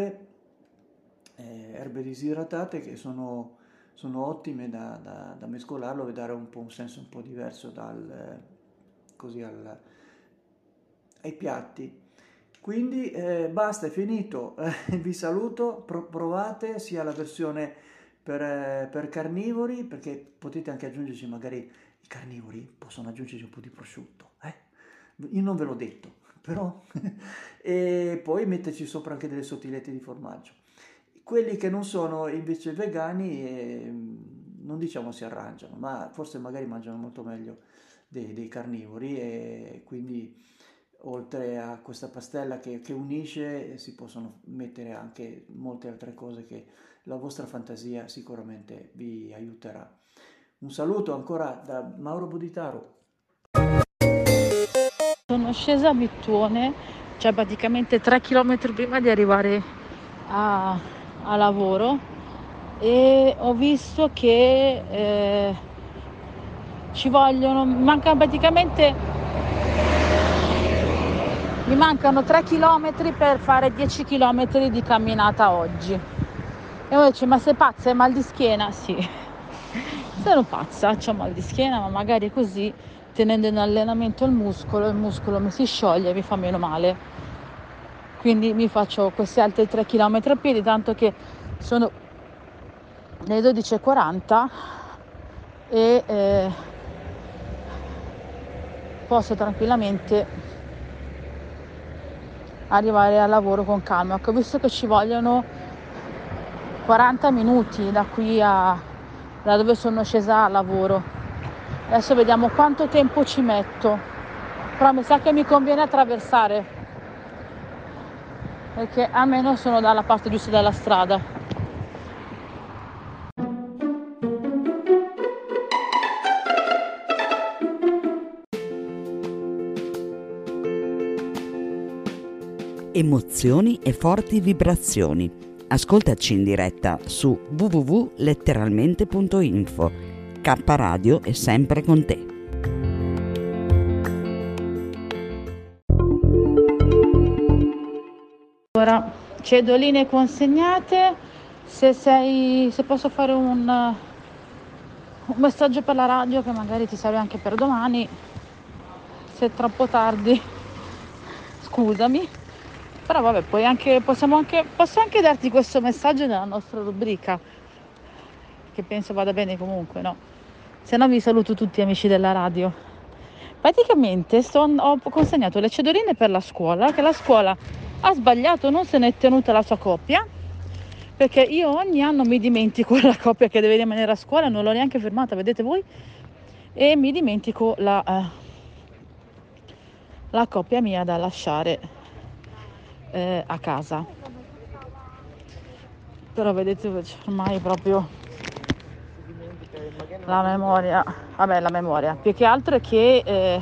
erbe disidratate che sono ottime da mescolarlo e dare un senso un po' diverso così ai piatti. Quindi basta, è finito. Vi saluto, provate sia la versione per carnivori, perché potete anche aggiungerci, magari i carnivori possono aggiungerci un po' di prosciutto, io non ve l'ho detto, però e poi metterci sopra anche delle sottilette di formaggio. Quelli che non sono invece vegani, non diciamo si arrangiano, ma forse magari mangiano molto meglio dei carnivori, e quindi oltre a questa pastella che unisce si possono mettere anche molte altre cose che la vostra fantasia sicuramente vi aiuterà. Un saluto ancora da Mauro Boditaro. Sono scesa a Vittuone, cioè praticamente 3 km prima di arrivare a lavoro, e ho visto che mi mancano 3 km per fare 10 km di camminata oggi. E uno dice: ma sei pazza, hai mal di schiena? Sì, sono pazza, c'ho mal di schiena, ma magari così, tenendo in allenamento il muscolo mi si scioglie e mi fa meno male. Quindi mi faccio questi altri 3 km a piedi, tanto che sono le 12:40 e posso tranquillamente arrivare al lavoro con calma. Ho visto che ci vogliono 40 minuti da dove sono scesa al lavoro. Adesso vediamo quanto tempo ci metto, però mi sa che mi conviene attraversare, perché almeno sono dalla parte giusta della strada. Emozioni e forti vibrazioni. Ascoltaci in diretta su www.letteralmente.info. K Radio è sempre con te. Ora, cedoline consegnate. Se posso fare un messaggio per la radio che magari ti serve anche per domani, se è troppo tardi scusami, però vabbè, posso anche darti questo messaggio nella nostra rubrica, che penso vada bene comunque, no? Se no vi saluto tutti, amici della radio. Praticamente ho consegnato le cedoline per la scuola, che la scuola ha sbagliato, non se n'è tenuta la sua copia, perché io ogni anno mi dimentico la copia che deve rimanere a scuola, non l'ho neanche firmata, vedete voi, e mi dimentico la copia mia da lasciare a casa. Però vedete, ormai proprio la memoria più che altro è che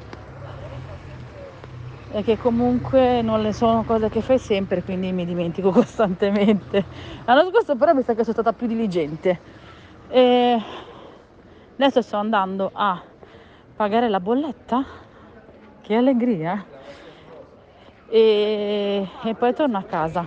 comunque non le sono cose che fai sempre, quindi mi dimentico costantemente. L'anno scorso però mi sa che sono stata più diligente, e adesso sto andando a pagare la bolletta, che allegria, e poi torno a casa.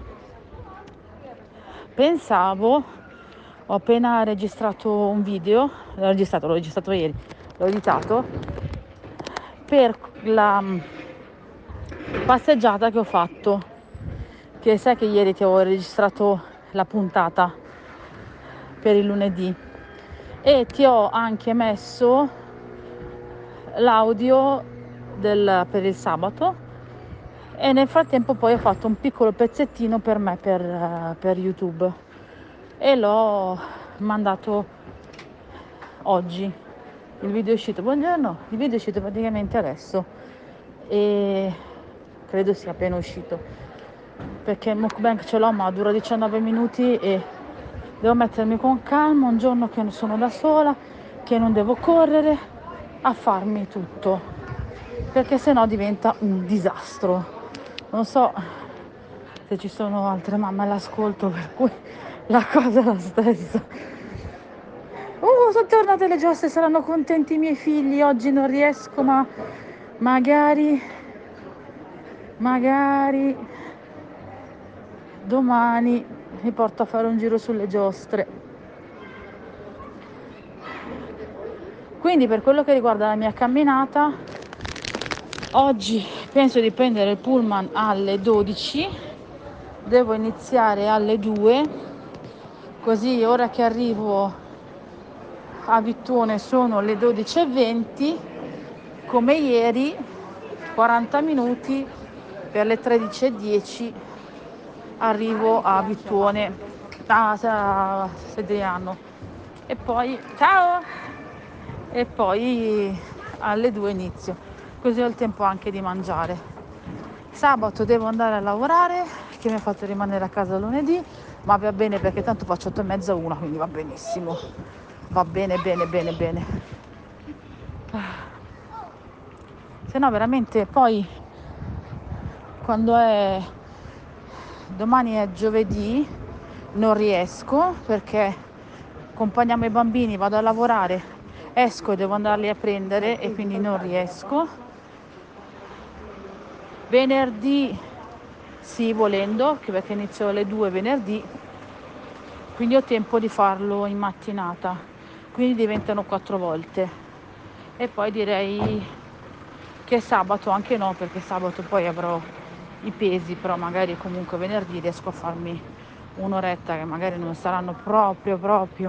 Ho appena registrato un video, l'ho registrato ieri, l'ho editato per la passeggiata che ho fatto, che sai che ieri ti avevo registrato la puntata per il lunedì, e ti ho anche messo l'audio per il sabato, e nel frattempo poi ho fatto un piccolo pezzettino per me per YouTube, e l'ho mandato oggi. Il video è uscito praticamente adesso, e credo sia appena uscito, perché il mukbang ce l'ho ma dura 19 minuti e devo mettermi con calma un giorno che sono da sola, che non devo correre a farmi tutto, perché sennò diventa un disastro. Non so se ci sono altre mamme all'ascolto per cui la cosa è la stessa. Sono tornate le giostre, saranno contenti i miei figli. Oggi non riesco, ma magari domani mi porto a fare un giro sulle giostre. Quindi per quello che riguarda la mia camminata, oggi penso di prendere il pullman alle 12, devo iniziare alle 2, così ora che arrivo a Vittuone sono le 12:20, come ieri 40 minuti, per le 13:10 arrivo a Vittuone, a Sedriano, e poi ciao, e poi alle 2 inizio, così ho il tempo anche di mangiare. Sabato devo andare a lavorare, che mi ha fatto rimanere a casa lunedì, ma va bene perché tanto faccio 8:30 1, quindi va benissimo, va bene. Se no veramente poi quando è domani è giovedì non riesco, perché accompagniamo i bambini, vado a lavorare, esco e devo andarli a prendere e quindi non riesco. Venerdì sì, volendo, perché inizio alle 2 venerdì, quindi ho tempo di farlo in mattinata, quindi diventano 4 volte. E poi direi che sabato anche no, perché sabato poi avrò i pesi, però magari comunque venerdì riesco a farmi un'oretta, che magari non saranno proprio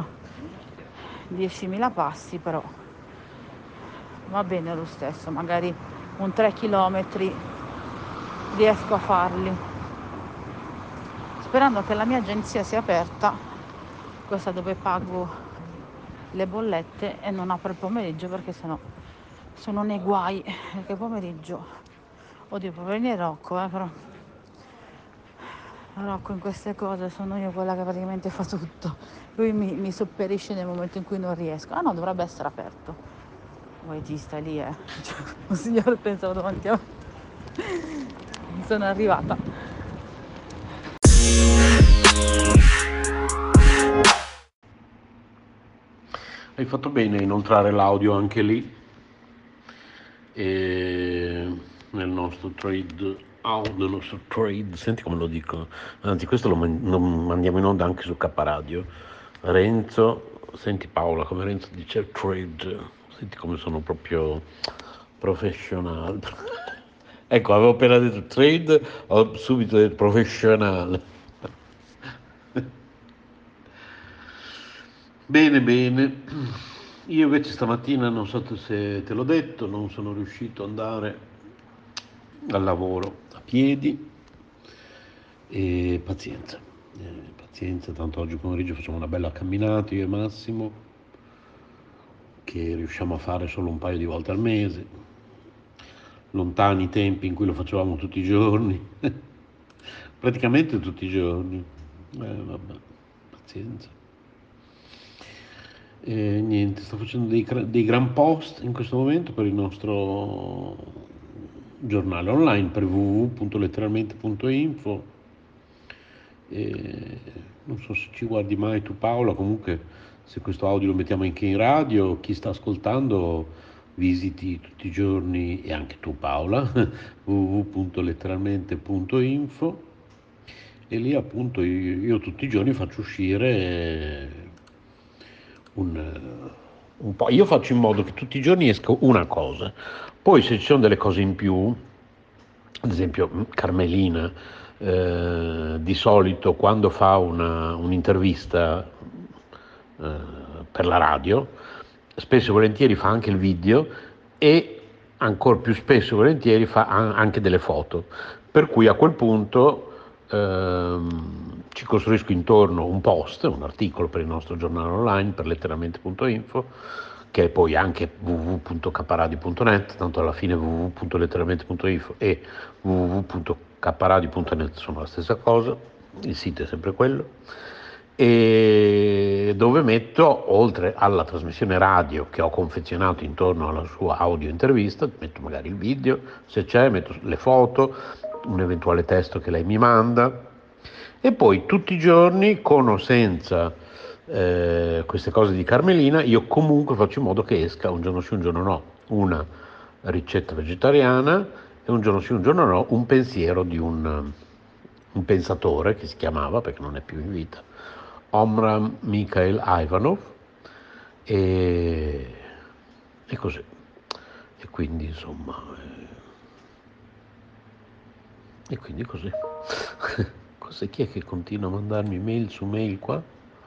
10.000 passi, però va bene lo stesso, magari un 3 chilometri riesco a farli, sperando che la mia agenzia sia aperta, questa dove pago le bollette, e non apro il pomeriggio, perché sennò sono nei guai, perché pomeriggio, oddio, può venire Rocco, però Rocco in queste cose sono io quella che praticamente fa tutto, lui mi sopperisce nel momento in cui non riesco. Ah no, dovrebbe essere aperto, voi ti stai lì, cioè, un signore pensavo davanti a me. Sono arrivata. Hai fatto bene a inoltrare l'audio anche lì, e nel nostro trade, senti come lo dico, anzi questo lo mandiamo in onda anche su K Radio. Renzo, senti Paola come Renzo dice trade, senti come sono proprio professionale. Ecco, avevo appena detto trade, ho subito detto professionale. Bene, io invece stamattina, non so se te l'ho detto, non sono riuscito ad andare al lavoro a piedi, e pazienza, tanto oggi pomeriggio facciamo una bella camminata io e Massimo, che riusciamo a fare solo un paio di volte al mese, lontani i tempi in cui lo facevamo tutti i giorni, praticamente tutti i giorni, vabbè, pazienza. E niente, sto facendo dei gran post in questo momento per il nostro giornale online, per www.letteralmente.info. E non so se ci guardi mai tu Paola, comunque se questo audio lo mettiamo anche in radio, chi sta ascoltando visiti tutti i giorni, e anche tu Paola, www.letteralmente.info, e lì appunto io tutti i giorni faccio uscire un po'. Io faccio in modo che tutti i giorni esca una cosa, poi se ci sono delle cose in più, ad esempio Carmelina di solito quando fa un'intervista per la radio, spesso e volentieri fa anche il video, e ancora più spesso e volentieri fa anche delle foto, per cui a quel punto ci costruisco intorno un post, un articolo per il nostro giornale online, per letteralmente.info, che è poi anche www.kpradio.net, tanto alla fine www.letteralmente.info e www.kpradio.net sono la stessa cosa, il sito è sempre quello, e dove metto, oltre alla trasmissione radio che ho confezionato intorno alla sua audio intervista, metto magari il video, se c'è, metto le foto, un eventuale testo che lei mi manda, e poi tutti i giorni, con o senza queste cose di Carmelina, io comunque faccio in modo che esca un giorno sì un giorno no una ricetta vegetariana e un giorno sì un giorno no un pensiero di un pensatore che si chiamava, perché non è più in vita, Omram Mikhail Ivanov, e così, e quindi insomma e quindi così. Cos'è, chi è che continua a mandarmi mail su mail qua?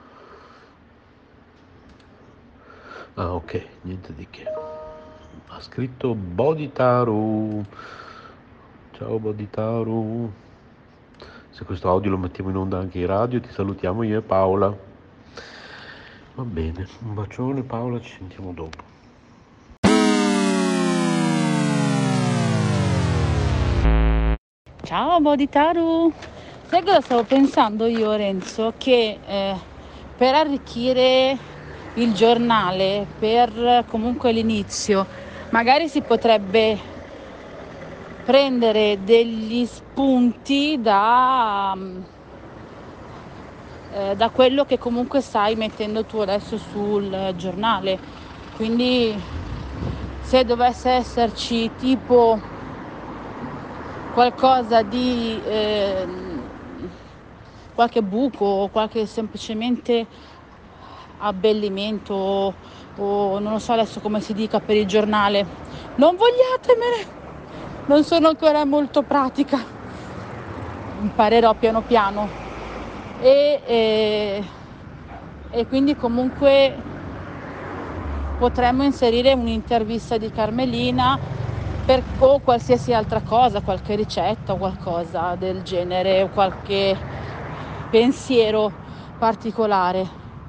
Ah, ok, niente di che. Ha scritto Bodhitaru. Ciao Bodhitaru. Se questo audio lo mettiamo in onda anche in radio, ti salutiamo io e Paola. Va bene, un bacione Paola, ci sentiamo dopo. Ciao Bodhitaru, sai cosa stavo pensando io, Renzo? Che per arricchire il giornale, per comunque l'inizio, magari si potrebbe prendere degli spunti da quello che comunque stai mettendo tu adesso sul giornale. Quindi se dovesse esserci tipo qualcosa di qualche buco o qualche semplicemente abbellimento o non lo so adesso come si dica per il giornale, non vogliatemene, non sono ancora molto pratica, imparerò piano piano e quindi comunque potremmo inserire un'intervista di Carmelina o qualsiasi altra cosa, qualche ricetta o qualcosa del genere, o qualche pensiero particolare.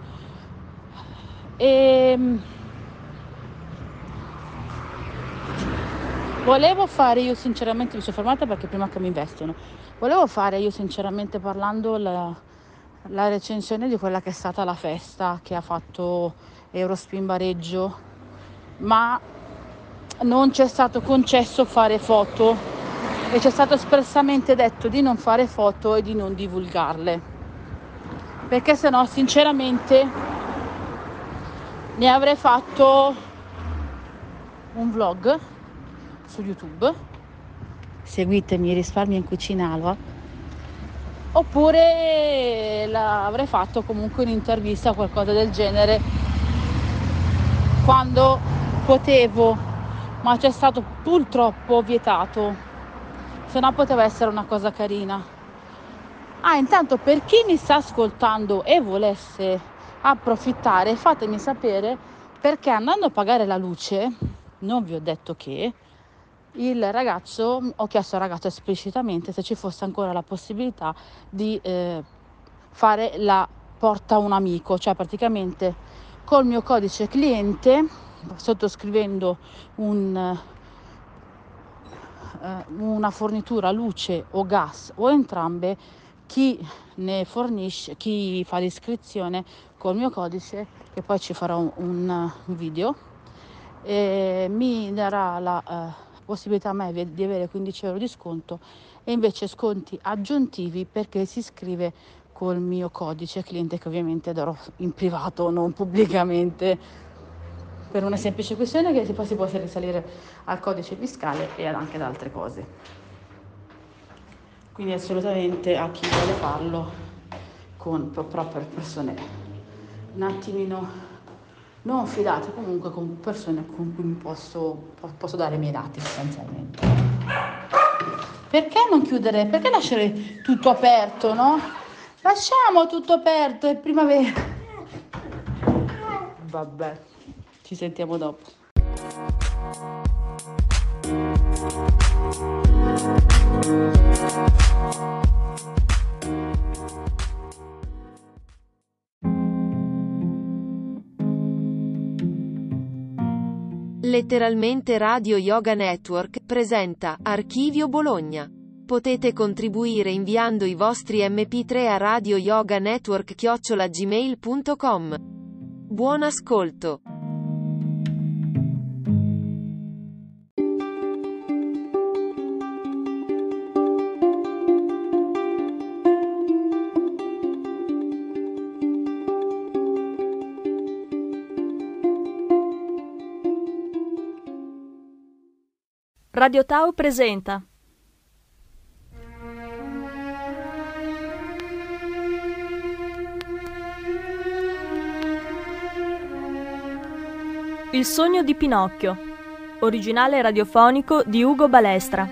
Volevo fare io sinceramente, mi sono fermata perché prima che mi investono, volevo fare io sinceramente parlando la recensione di quella che è stata la festa che ha fatto Eurospin Bareggio, ma non ci è stato concesso fare foto e ci è stato espressamente detto di non fare foto e di non divulgarle, perché sennò sinceramente ne avrei fatto un vlog su YouTube, seguitemi, Risparmio in Cucina Alba, oppure avrei fatto comunque un'intervista o qualcosa del genere quando potevo, ma c'è stato purtroppo vietato, se no poteva essere una cosa carina. Intanto per chi mi sta ascoltando e volesse approfittare, fatemi sapere, perché andando a pagare la luce, non vi ho detto che ho chiesto al ragazzo esplicitamente se ci fosse ancora la possibilità di fare la porta a un amico, cioè praticamente col mio codice cliente, sottoscrivendo una fornitura luce o gas o entrambe, chi ne fornisce, chi fa l'iscrizione col mio codice, che poi ci farò un video, mi darà la possibilità a me di avere 15 euro di sconto e invece sconti aggiuntivi perché si iscrive col mio codice cliente, che ovviamente darò in privato, non pubblicamente, per una semplice questione che si può risalire al codice fiscale e anche ad altre cose. Quindi assolutamente a chi vuole farlo, però per persone un attimino non fidate, comunque con persone con cui posso dare i miei dati sostanzialmente. Perché non chiudere? Perché lasciare tutto aperto, no? Lasciamo tutto aperto, è primavera. Vabbè, ci sentiamo dopo. Letteralmente Radio Yoga Network presenta Archivio Bologna. Potete contribuire inviando i vostri MP3 a radioyoganetwork@gmail.com. Buon ascolto. Radio Tau presenta Il sogno di Pinocchio, originale radiofonico di Ugo Balestra.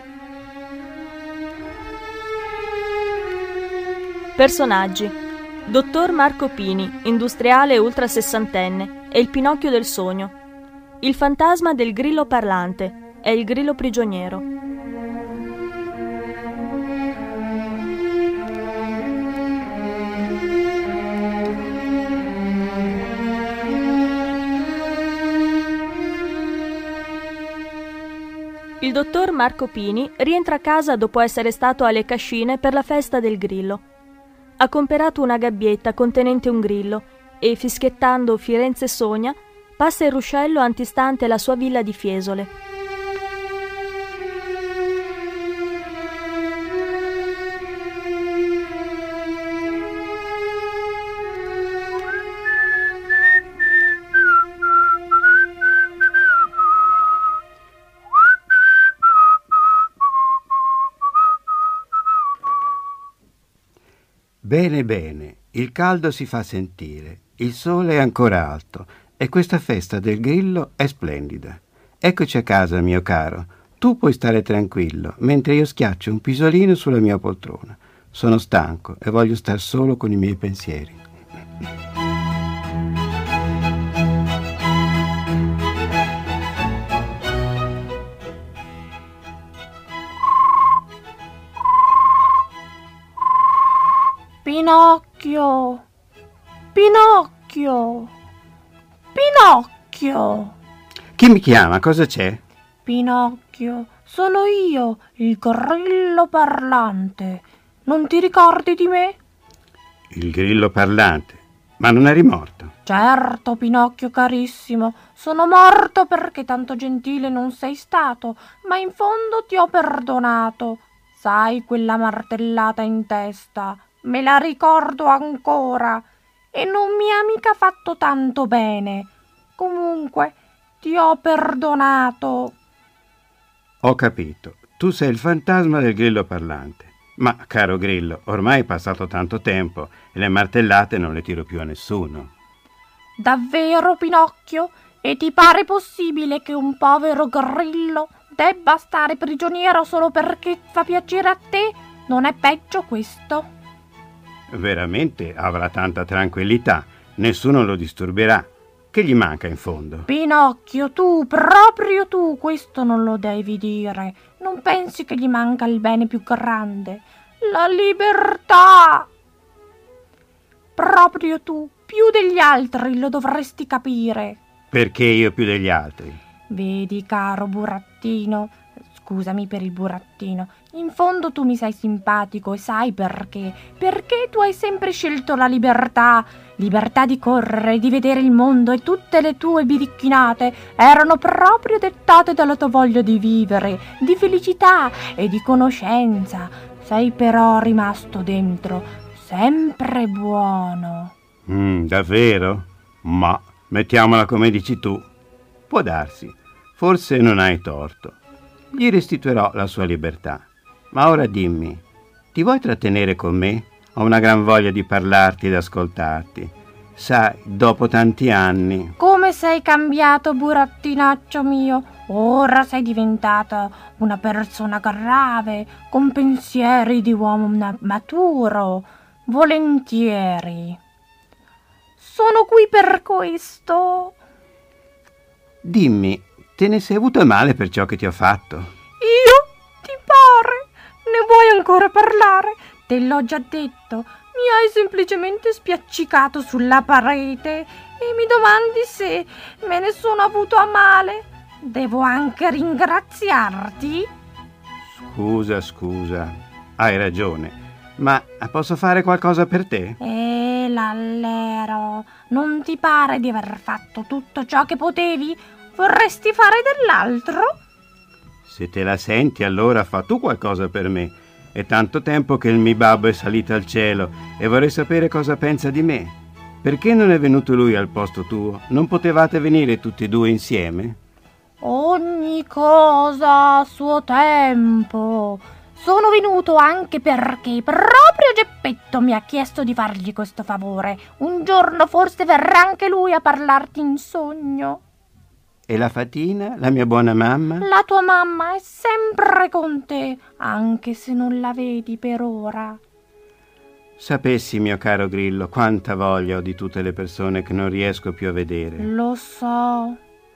Personaggi: Dottor Marco Pini, industriale ultra sessantenne, è il Pinocchio del sogno. Il fantasma del grillo parlante è il grillo prigioniero. Il dottor Marco Pini rientra a casa dopo essere stato alle Cascine per la festa del grillo. Ha comperato una gabbietta contenente un grillo e, fischiettando Firenze sogna, passa il ruscello antistante la sua villa di Fiesole. Bene, bene, il caldo si fa sentire, il sole è ancora alto e questa festa del grillo è splendida. Eccoci a casa, mio caro. Tu puoi stare tranquillo, mentre io schiaccio un pisolino sulla mia poltrona. Sono stanco e voglio star solo con i miei pensieri. Pinocchio! Pinocchio! Pinocchio! Chi mi chiama? Cosa c'è? Pinocchio, sono io, il grillo parlante. Non ti ricordi di me? Il grillo parlante? Ma non eri morto? Certo, Pinocchio carissimo, sono morto perché tanto gentile non sei stato, ma in fondo ti ho perdonato. Sai quella martellata in testa? Me la ricordo ancora e non mi ha mica fatto tanto bene. Comunque, ti ho perdonato. Ho capito. Tu sei il fantasma del grillo parlante. Ma, caro grillo, ormai è passato tanto tempo e le martellate non le tiro più a nessuno. Davvero, Pinocchio? E ti pare possibile che un povero grillo debba stare prigioniero solo perché fa piacere a te? Non è peggio questo? Veramente avrà tanta tranquillità, nessuno lo disturberà. Che gli manca in fondo? Pinocchio, tu, proprio tu, questo non lo devi dire. Non pensi che gli manca il bene più grande? La libertà! Proprio tu, più degli altri, lo dovresti capire. Perché io più degli altri? Vedi, caro burattino, scusami per il burattino, in fondo tu mi sei simpatico e sai perché? Perché tu hai sempre scelto la libertà di correre, di vedere il mondo, e tutte le tue biricchinate erano proprio dettate dalla tua voglia di vivere, di felicità e di conoscenza. Sei però rimasto dentro, sempre buono. Davvero? Ma mettiamola come dici tu. Può darsi, forse non hai torto. Gli restituirò la sua libertà. Ma ora dimmi, ti vuoi trattenere con me? Ho una gran voglia di parlarti ed ascoltarti. Sai, dopo tanti anni... Come sei cambiato, burattinaccio mio! Ora sei diventata una persona grave, con pensieri di uomo maturo. Volentieri. Sono qui per questo. Dimmi, te ne sei avuto male per ciò che ti ho fatto? Io? Ti pare? Ne vuoi ancora parlare? Te l'ho già detto. Mi hai semplicemente spiaccicato sulla parete e mi domandi se me ne sono avuto a male. Devo anche ringraziarti? Scusa, hai ragione, ma posso fare qualcosa per te? Lallero, non ti pare di aver fatto tutto ciò che potevi? Vorresti fare dell'altro? Se te la senti, allora fa tu qualcosa per me. È tanto tempo che il mio babbo è salito al cielo e vorrei sapere cosa pensa di me. Perché non è venuto lui al posto tuo? Non potevate venire tutti e due insieme? Ogni cosa a suo tempo. Sono venuto anche perché proprio Geppetto mi ha chiesto di fargli questo favore. Un giorno forse verrà anche lui a parlarti in sogno. E la Fatina, la mia buona mamma? La tua mamma è sempre con te, anche se non la vedi per ora. Sapessi, mio caro Grillo, quanta voglia ho di tutte le persone che non riesco più a vedere. Lo so,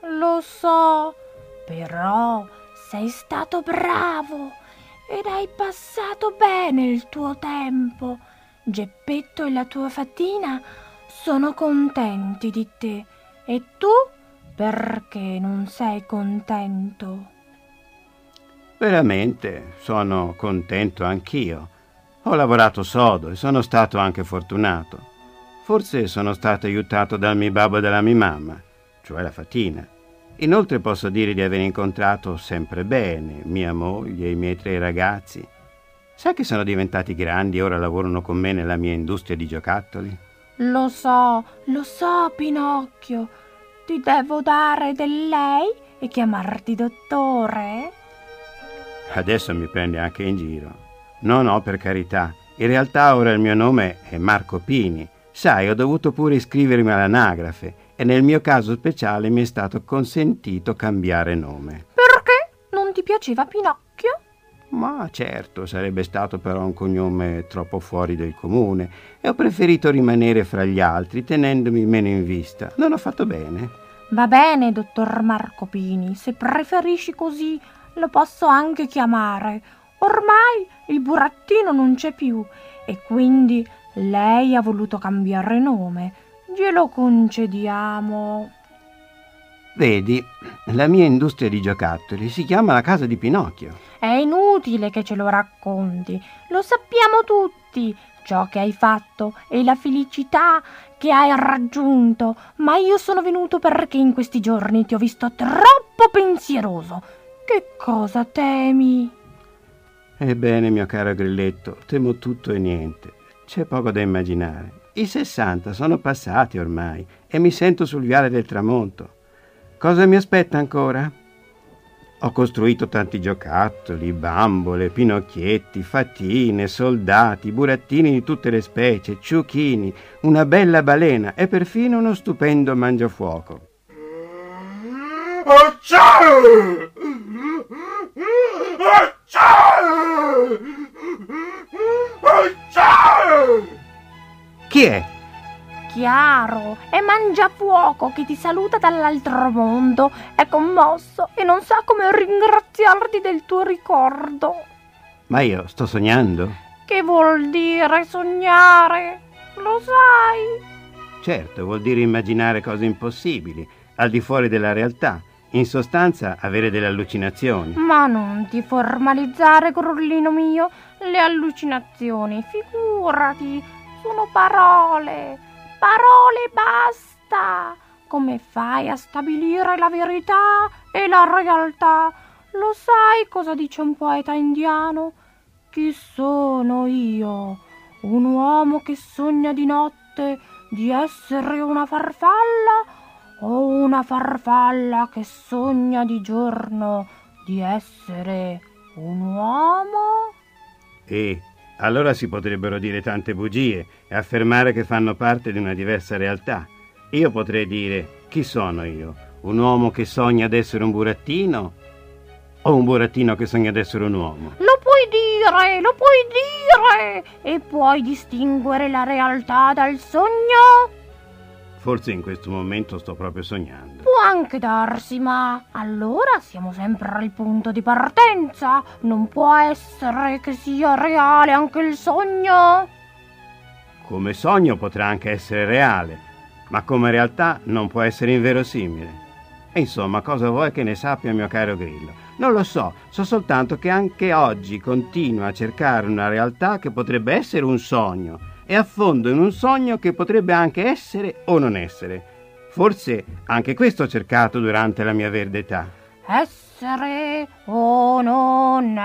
però sei stato bravo ed hai passato bene il tuo tempo. Geppetto e la tua Fatina sono contenti di te. E tu perché non sei contento? Veramente sono contento anch'io. Ho lavorato sodo e sono stato anche fortunato. Forse sono stato aiutato dal mio babbo e dalla mia mamma, cioè la Fatina. Inoltre posso dire di aver incontrato sempre bene mia moglie e i miei 3 ragazzi. Sai che sono diventati grandi e ora lavorano con me nella mia industria di giocattoli? Lo so, Pinocchio. Ti devo dare del lei e chiamarti dottore? Adesso mi prendi anche in giro. No, per carità. In realtà ora il mio nome è Marco Pini. Sai, ho dovuto pure iscrivermi all'anagrafe e nel mio caso speciale mi è stato consentito cambiare nome. Perché? Non ti piaceva Pinocchio? Ma certo, sarebbe stato però un cognome troppo fuori del comune e ho preferito rimanere fra gli altri tenendomi meno in vista. Non ho fatto bene? Va bene, dottor Marco Pini, se preferisci così lo posso anche chiamare. Ormai il burattino non c'è più e quindi lei ha voluto cambiare nome. Glielo concediamo. Vedi, la mia industria di giocattoli si chiama la Casa di Pinocchio. È inutile che ce lo racconti, lo sappiamo tutti, ciò che hai fatto e la felicità che hai raggiunto, ma io sono venuto perché in questi giorni ti ho visto troppo pensieroso. Che cosa temi? Ebbene, mio caro Grilletto, temo tutto e niente. C'è poco da immaginare. I 60 sono passati ormai e mi sento sul viale del tramonto. Cosa mi aspetta ancora? Ho costruito tanti giocattoli, bambole, pinocchietti, fatine, soldati, burattini di tutte le specie, ciuchini, una bella balena e perfino uno stupendo mangiafuoco. Chi è? Chiaro, è Mangiafuoco che ti saluta dall'altro mondo, è commosso e non sa come ringraziarti del tuo ricordo. Ma io sto sognando? Che vuol dire sognare? Lo sai? Certo, vuol dire immaginare cose impossibili, al di fuori della realtà. In sostanza, avere delle allucinazioni. Ma non ti formalizzare, grullino mio. Le allucinazioni, figurati, sono parole. Parole, basta! Come fai a stabilire la verità e la realtà? Lo sai cosa dice un poeta indiano? Chi sono io? Un uomo che sogna di notte di essere una farfalla o una farfalla che sogna di giorno di essere un uomo? Allora si potrebbero dire tante bugie e affermare che fanno parte di una diversa realtà. Io potrei dire: chi sono io? Un uomo che sogna di essere un burattino o un burattino che sogna di essere un uomo? Lo puoi dire e puoi distinguere la realtà dal sogno? Forse in questo momento sto proprio sognando. Può anche darsi, ma allora siamo sempre al punto di partenza. Non può essere che sia reale anche il sogno? Come sogno potrà anche essere reale, ma come realtà non può essere inverosimile. E insomma, cosa vuoi che ne sappia mio caro Grillo? Non lo so soltanto che anche oggi continuo a cercare una realtà che potrebbe essere un sogno e affondo in un sogno che potrebbe anche essere o non essere. Forse anche questo ho cercato durante la mia verde età. Essere o non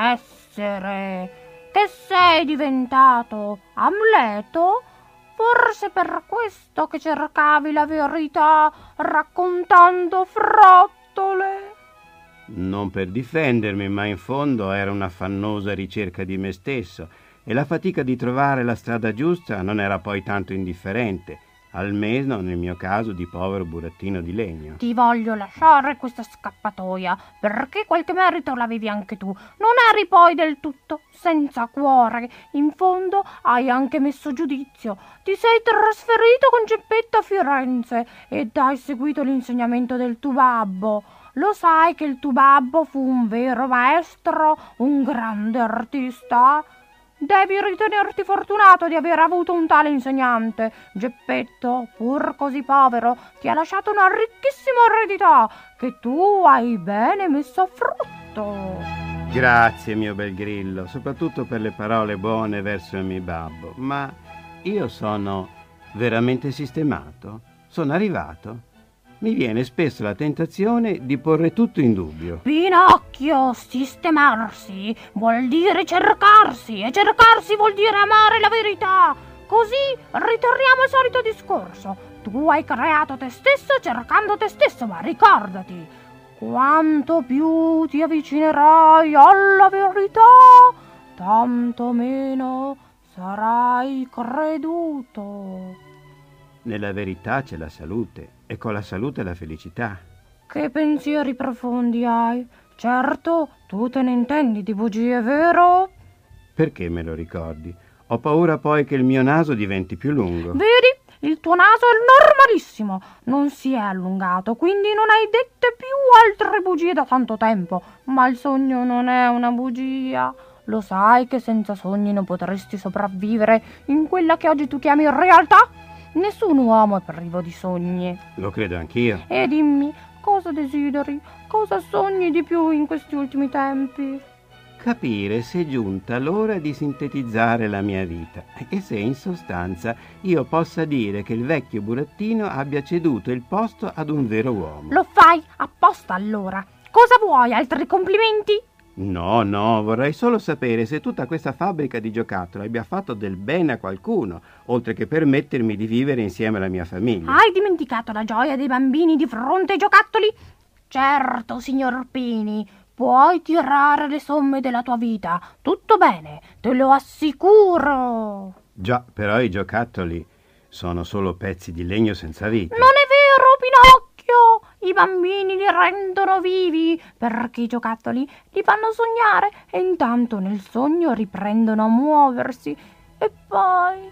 essere? Che sei diventato? Amleto? Forse per questo che cercavi la verità raccontando frottole? Non per difendermi, ma in fondo era un'affannosa ricerca di me stesso e la fatica di trovare la strada giusta non era poi tanto indifferente, almeno nel mio caso di povero burattino di legno. Ti voglio lasciare questa scappatoia, perché qualche merito l'avevi anche tu. Non eri poi del tutto senza cuore. In fondo hai anche messo giudizio. Ti sei trasferito con Geppetto a Firenze ed hai seguito l'insegnamento del tuo babbo. Lo sai che il tuo babbo fu un vero maestro, un grande artista? Devi ritenerti fortunato di aver avuto un tale insegnante. Geppetto, pur così povero, ti ha lasciato una ricchissima eredità che tu hai bene messo a frutto. Grazie, mio bel Grillo, soprattutto per le parole buone verso il mio babbo. Ma io sono veramente sistemato? Sono arrivato? Mi viene spesso la tentazione di porre tutto in dubbio. Pinocchio, sistemarsi vuol dire cercarsi e cercarsi vuol dire amare la verità. Così ritorniamo al solito discorso. Tu hai creato te stesso cercando te stesso, ma ricordati, quanto più ti avvicinerai alla verità, tanto meno sarai creduto. Nella verità c'è la salute e con la salute la felicità. Che pensieri profondi hai. Certo, tu te ne intendi di bugie, vero? Perché me lo ricordi? Ho paura poi che il mio naso diventi più lungo. Vedi? Il tuo naso è normalissimo. Non si è allungato, quindi non hai dette più altre bugie da tanto tempo. Ma il sogno non è una bugia. Lo sai che senza sogni non potresti sopravvivere in quella che oggi tu chiami realtà? Nessun uomo è privo di sogni. Lo credo anch'io. E dimmi, cosa desideri? Cosa sogni di più in questi ultimi tempi? Capire se è giunta l'ora di sintetizzare la mia vita e se in sostanza io possa dire che il vecchio burattino abbia ceduto il posto ad un vero uomo. Lo fai apposta allora. Cosa vuoi? Altri complimenti? No, vorrei solo sapere se tutta questa fabbrica di giocattoli abbia fatto del bene a qualcuno, oltre che permettermi di vivere insieme alla mia famiglia. Hai dimenticato la gioia dei bambini di fronte ai giocattoli? Certo, signor Pini, puoi tirare le somme della tua vita. Tutto bene, te lo assicuro. Già, però i giocattoli sono solo pezzi di legno senza vita. Non è vero, Pinocchio! I bambini li rendono vivi, perché i giocattoli li fanno sognare e intanto nel sogno riprendono a muoversi. E poi...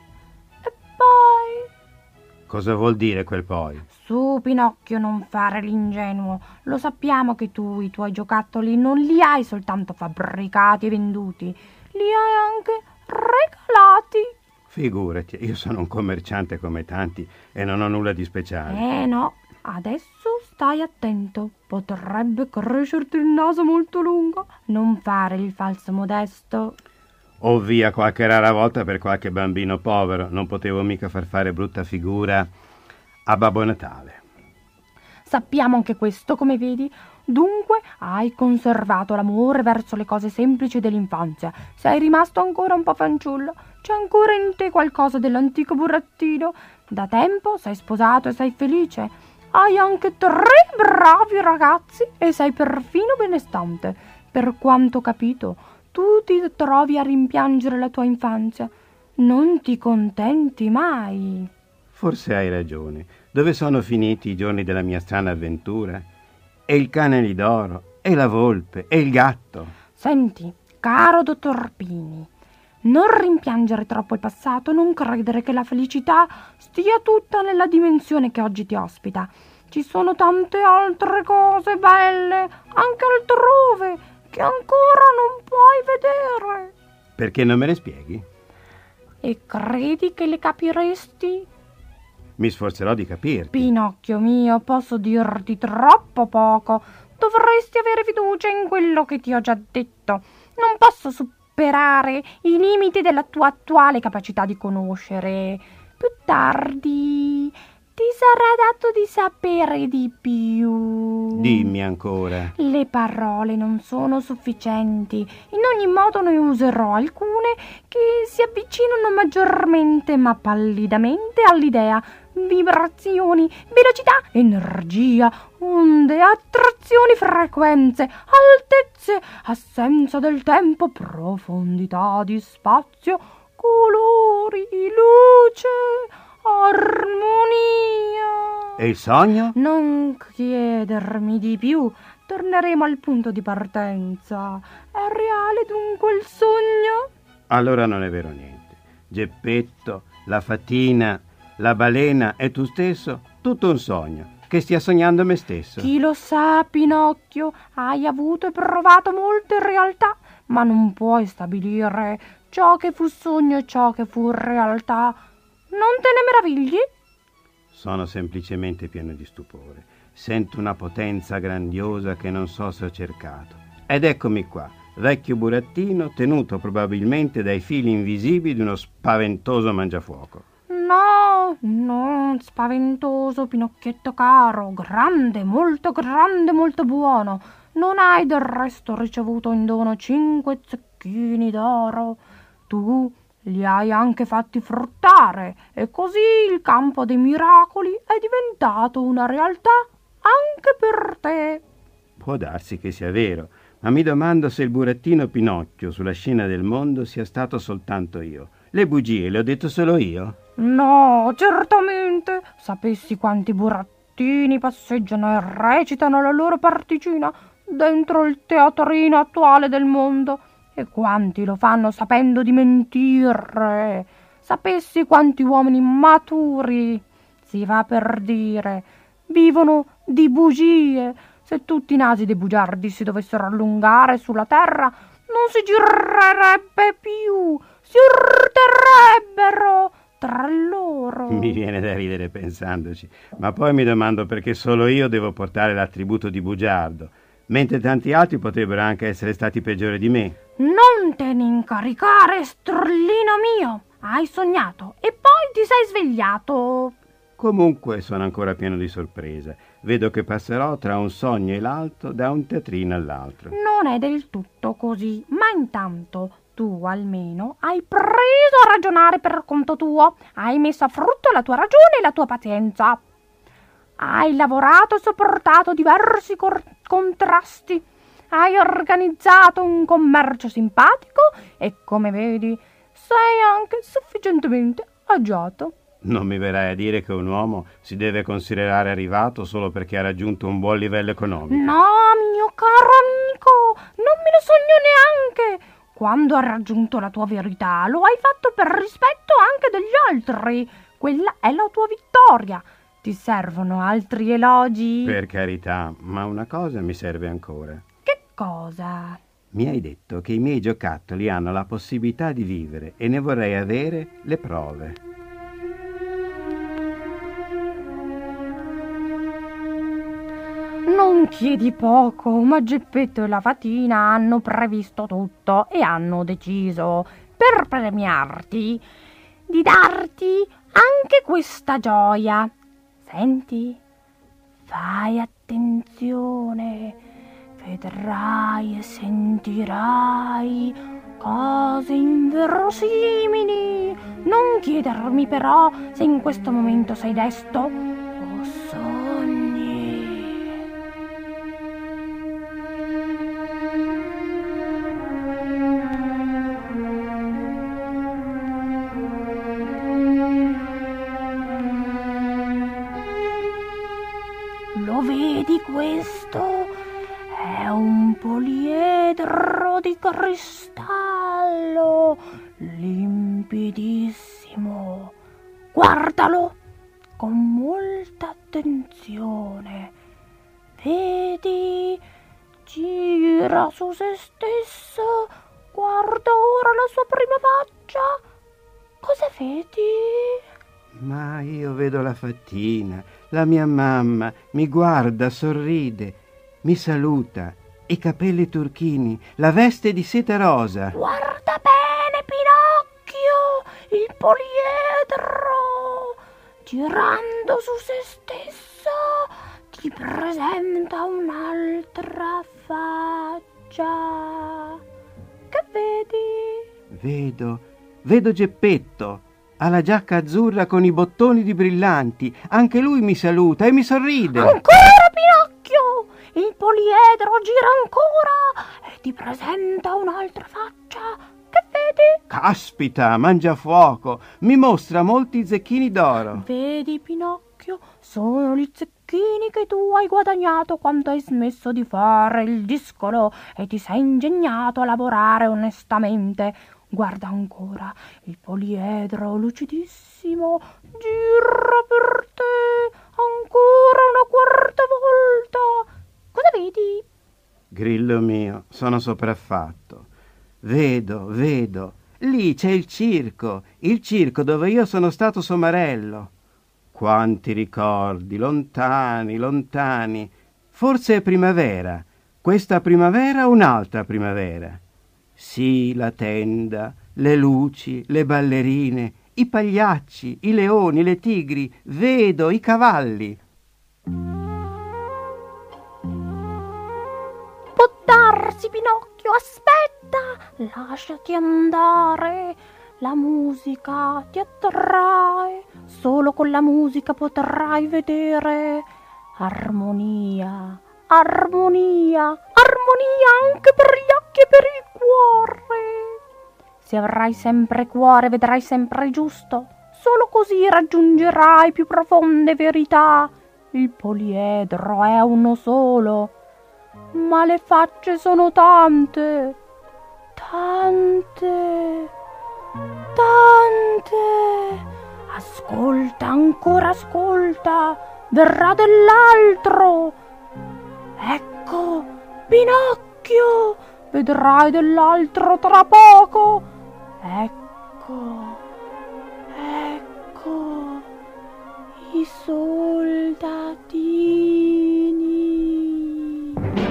Cosa vuol dire quel poi? Su, Pinocchio, non fare l'ingenuo. Lo sappiamo che tu i tuoi giocattoli non li hai soltanto fabbricati e venduti, li hai anche regalati. Figurati, io sono un commerciante come tanti e non ho nulla di speciale. No. Adesso stai attento, potrebbe crescerti il naso molto lungo. Non fare il falso modesto. O via qualche rara volta per qualche bambino povero. Non potevo mica far fare brutta figura a Babbo Natale. Sappiamo anche questo, come vedi. Dunque hai conservato l'amore verso le cose semplici dell'infanzia. Sei rimasto ancora un po' fanciullo. C'è ancora in te qualcosa dell'antico burattino. Da tempo sei sposato e sei felice. Hai anche 3 bravi ragazzi e sei perfino benestante. Per quanto ho capito, tu ti trovi a rimpiangere la tua infanzia. Non ti contenti mai. Forse hai ragione. Dove sono finiti i giorni della mia strana avventura? E il cane Lidoro, e la volpe, e il gatto. Senti, caro dottor Pini, non rimpiangere troppo il passato, non credere che la felicità stia tutta nella dimensione che oggi ti ospita. Ci sono tante altre cose belle, anche altrove, che ancora non puoi vedere. Perché non me le spieghi? E credi che le capiresti? mi sforzerò di capirti. Pinocchio mio, posso dirti troppo poco. Dovresti avere fiducia in quello che ti ho già detto. Non posso superare i limiti della tua attuale capacità di conoscere. Più tardi ti sarà dato di sapere di più. Dimmi ancora. Le parole non sono sufficienti. In ogni modo ne userò alcune che si avvicinano maggiormente ma pallidamente all'idea. Vibrazioni, velocità, energia, onde, attrazioni, frequenze, altezze, assenza del tempo, profondità di spazio, colori, luce, armonia. E il sogno? Non chiedermi di più. Torneremo al punto di partenza. È reale dunque il sogno? Allora non è vero niente. Geppetto, la fatina, la balena e tu stesso, tutto un sogno. Che stia sognando me stesso. Chi lo sa, Pinocchio? Hai avuto e provato molte realtà, ma non puoi stabilire ciò che fu sogno e ciò che fu realtà. Non te ne meravigli? Sono semplicemente pieno di stupore. Sento una potenza grandiosa che non so se ho cercato. Ed eccomi qua, vecchio burattino, tenuto probabilmente dai fili invisibili di uno spaventoso mangiafuoco. No, non spaventoso, Pinocchietto caro. Grande, molto buono. Non hai del resto ricevuto in dono 5 zecchini d'oro. Tu li hai anche fatti fruttare e così il campo dei miracoli è diventato una realtà anche per te. Può darsi che sia vero, ma mi domando se il burattino Pinocchio sulla scena del mondo sia stato soltanto io. Le bugie le ho detto solo io? No, certamente. Sapessi quanti burattini passeggiano e recitano la loro particina dentro il teatrino attuale del mondo. E quanti lo fanno sapendo di mentire. Sapessi quanti uomini maturi, si va per dire, vivono di bugie. Se tutti i nasi dei bugiardi si dovessero allungare sulla terra, non si girerebbe più, si urterebbero tra loro. Mi viene da ridere pensandoci, ma poi mi domando perché solo io devo portare l'attributo di bugiardo, mentre tanti altri potrebbero anche essere stati peggiori di me. Non te ne incaricare, strillino mio. Hai sognato e poi ti sei svegliato. Comunque sono ancora pieno di sorpresa. Vedo che passerò tra un sogno e l'altro, da un teatrino all'altro. Non è del tutto così, ma intanto tu almeno hai preso a ragionare per conto tuo. Hai messo a frutto la tua ragione e la tua pazienza. Hai lavorato e sopportato diversi contrasti. Hai organizzato un commercio simpatico e, come vedi, sei anche sufficientemente agiato. Non mi verrai a dire che un uomo si deve considerare arrivato solo perché ha raggiunto un buon livello economico. No, mio caro amico, non me lo sogno neanche. Quando hai raggiunto la tua verità, lo hai fatto per rispetto anche degli altri. Quella è la tua vittoria. Ti servono altri elogi? Per carità, ma una cosa mi serve ancora. Che cosa? Mi hai detto che i miei giocattoli hanno la possibilità di vivere e ne vorrei avere le prove. Non chiedi poco, ma Geppetto e la Fatina hanno previsto tutto e hanno deciso, per premiarti, di darti anche questa gioia. Senti, fai attenzione, vedrai e sentirai cose inverosimili. Non chiedermi però se in questo momento sei desto o sogni. Lo vedi questo? È un poliedro di cristallo, limpidissimo. Guardalo con molta attenzione. Vedi? Gira su se stesso. Guarda ora la sua prima faccia. Cosa vedi? Ma io vedo la fattina, la mia mamma mi guarda, sorride, mi saluta, i capelli turchini, la veste di seta rosa. Guarda bene, Pinocchio, il poliedro, girando su se stesso, ti presenta un'altra faccia. Che vedi? Vedo Geppetto. Ha la giacca azzurra con i bottoni di brillanti. Anche lui mi saluta e mi sorride. Ancora, Pinocchio! Il poliedro gira ancora e ti presenta un'altra faccia. Che vedi? Caspita, mangiafuoco! Mi mostra molti zecchini d'oro. Vedi, Pinocchio? Sono gli zecchini che tu hai guadagnato quando hai smesso di fare il discolo e ti sei ingegnato a lavorare onestamente. Guarda ancora, il poliedro lucidissimo gira per te ancora una quarta volta. Cosa vedi? Grillo mio, sono sopraffatto. Vedo. Lì c'è il circo dove io sono stato somarello. Quanti ricordi, lontani. Forse è primavera. Questa primavera o un'altra primavera. Sì, la tenda, le luci, le ballerine, i pagliacci, i leoni, le tigri, vedo i cavalli. Può darsi, Pinocchio, aspetta, lasciati andare. La musica ti attrae, solo con la musica potrai vedere armonia anche per gli occhi e per il cuore. Se avrai sempre cuore, vedrai sempre giusto. Solo così raggiungerai più profonde verità. Il poliedro è uno solo, ma le facce sono tante. Ascolta, ancora ascolta. Verrà dell'altro. Ecco, Pinocchio, vedrai dell'altro tra poco. Ecco, i soldatini.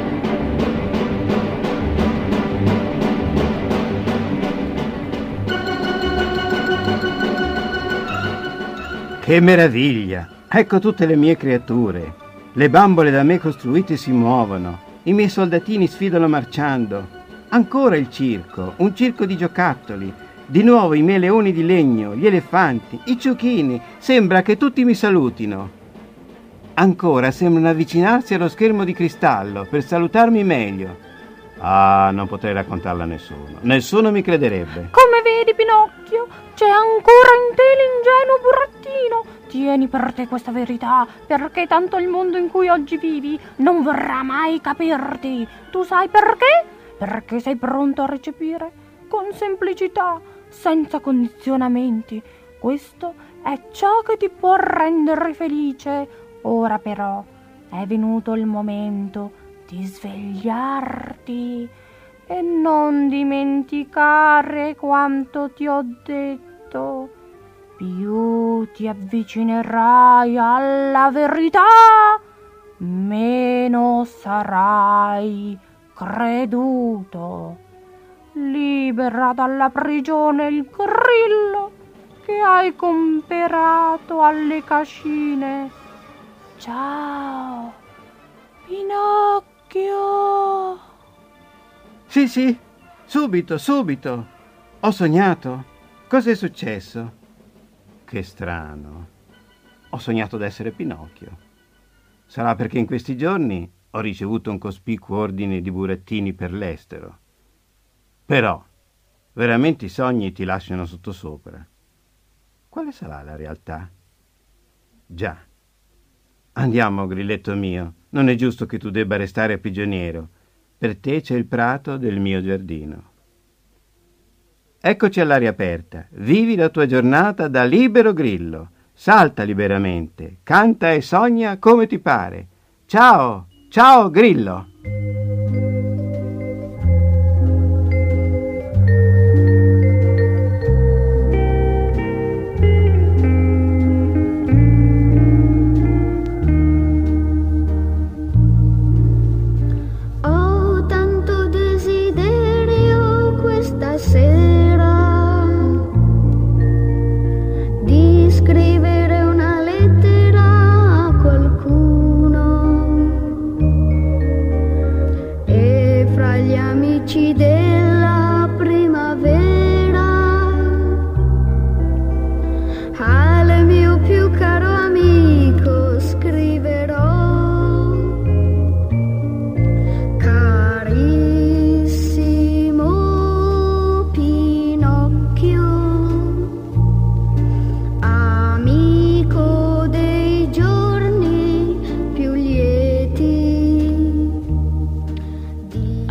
Che meraviglia! Ecco tutte le mie creature. Le bambole da me costruite si muovono, i miei soldatini sfilano marciando. Ancora il circo, un circo di giocattoli. Di nuovo i miei leoni di legno, gli elefanti, i ciuchini. Sembra che tutti mi salutino. Ancora sembrano avvicinarsi allo schermo di cristallo per salutarmi meglio. Ah, non potrei raccontarla a nessuno. Nessuno mi crederebbe. Come vedi, Pinocchio, c'è ancora in te l'ingenuo burattino. Tieni per te questa verità, perché tanto il mondo in cui oggi vivi non vorrà mai capirti. Tu sai perché? Perché sei pronto a recepire con semplicità, senza condizionamenti. Questo è ciò che ti può rendere felice. Ora però è venuto il momento di svegliarti e non dimenticare quanto ti ho detto. Più ti avvicinerai alla verità, meno sarai creduto. Libera dalla prigione il grillo che hai comperato alle cascine. Ciao, Pinocchio. Sì, subito. Ho sognato. Cos'è successo? Che strano. Ho sognato d'essere Pinocchio. Sarà perché in questi giorni ho ricevuto un cospicuo ordine di burattini per l'estero. Però, veramente i sogni ti lasciano sottosopra. Quale sarà la realtà? Già. Andiamo, grilletto mio. Non è giusto che tu debba restare prigioniero. Per te c'è il prato del mio giardino. Eccoci all'aria aperta. Vivi la tua giornata da libero grillo. Salta liberamente, canta e sogna come ti pare. Ciao, grillo.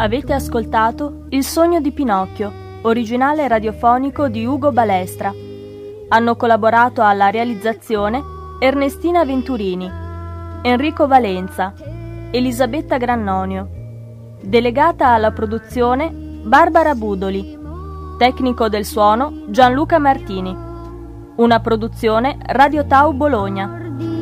Avete ascoltato Il sogno di Pinocchio, originale radiofonico di Ugo Balestra. Hanno collaborato alla realizzazione Ernestina Venturini, Enrico Valenza, Elisabetta Grannonio. Delegata alla produzione Barbara Budoli. Tecnico del suono Gianluca Martini. Una produzione Radio Tau Bologna.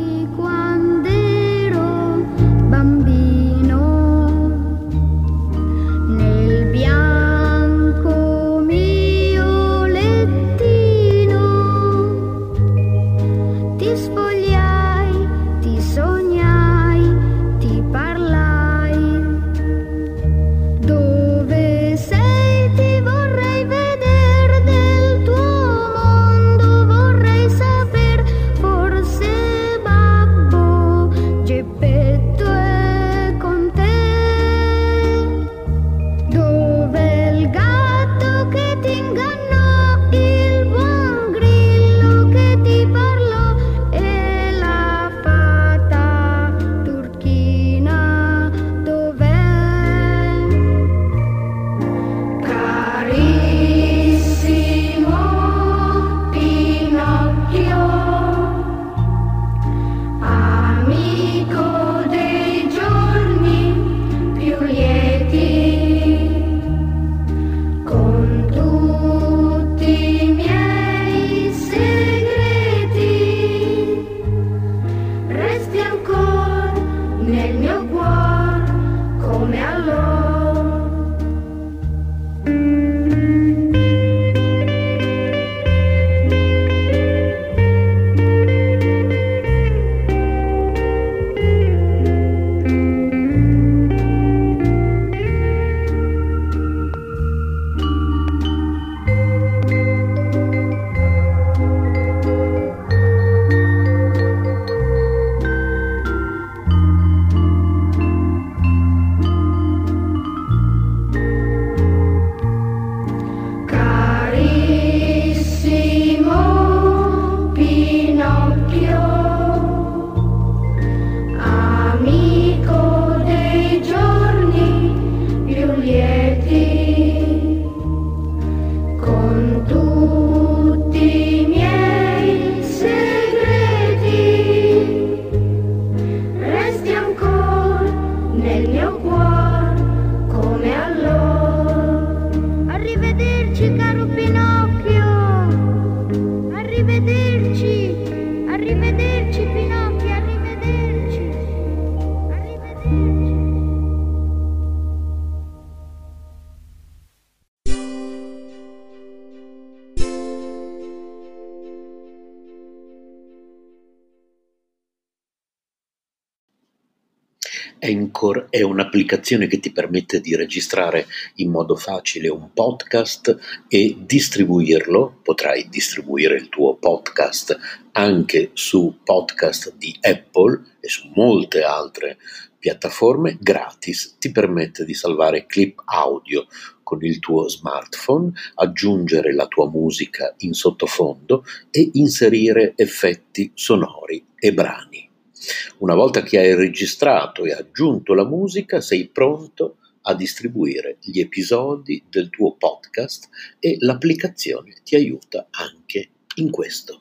Anchor è un'applicazione che ti permette di registrare in modo facile un podcast e distribuirlo. Potrai distribuire il tuo podcast anche su podcast di Apple e su molte altre piattaforme gratis. Ti permette di salvare clip audio con il tuo smartphone, aggiungere la tua musica in sottofondo e inserire effetti sonori e brani. Una volta che hai registrato e aggiunto la musica, sei pronto a distribuire gli episodi del tuo podcast e l'applicazione ti aiuta anche in questo.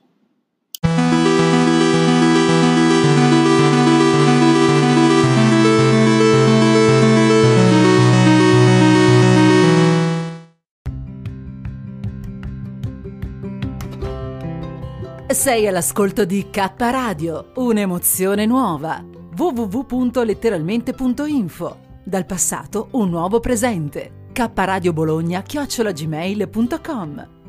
Sei all'ascolto di K Radio, un'emozione nuova. www.letteralmente.info. Dal passato un nuovo presente. kradiobologna@gmail.com.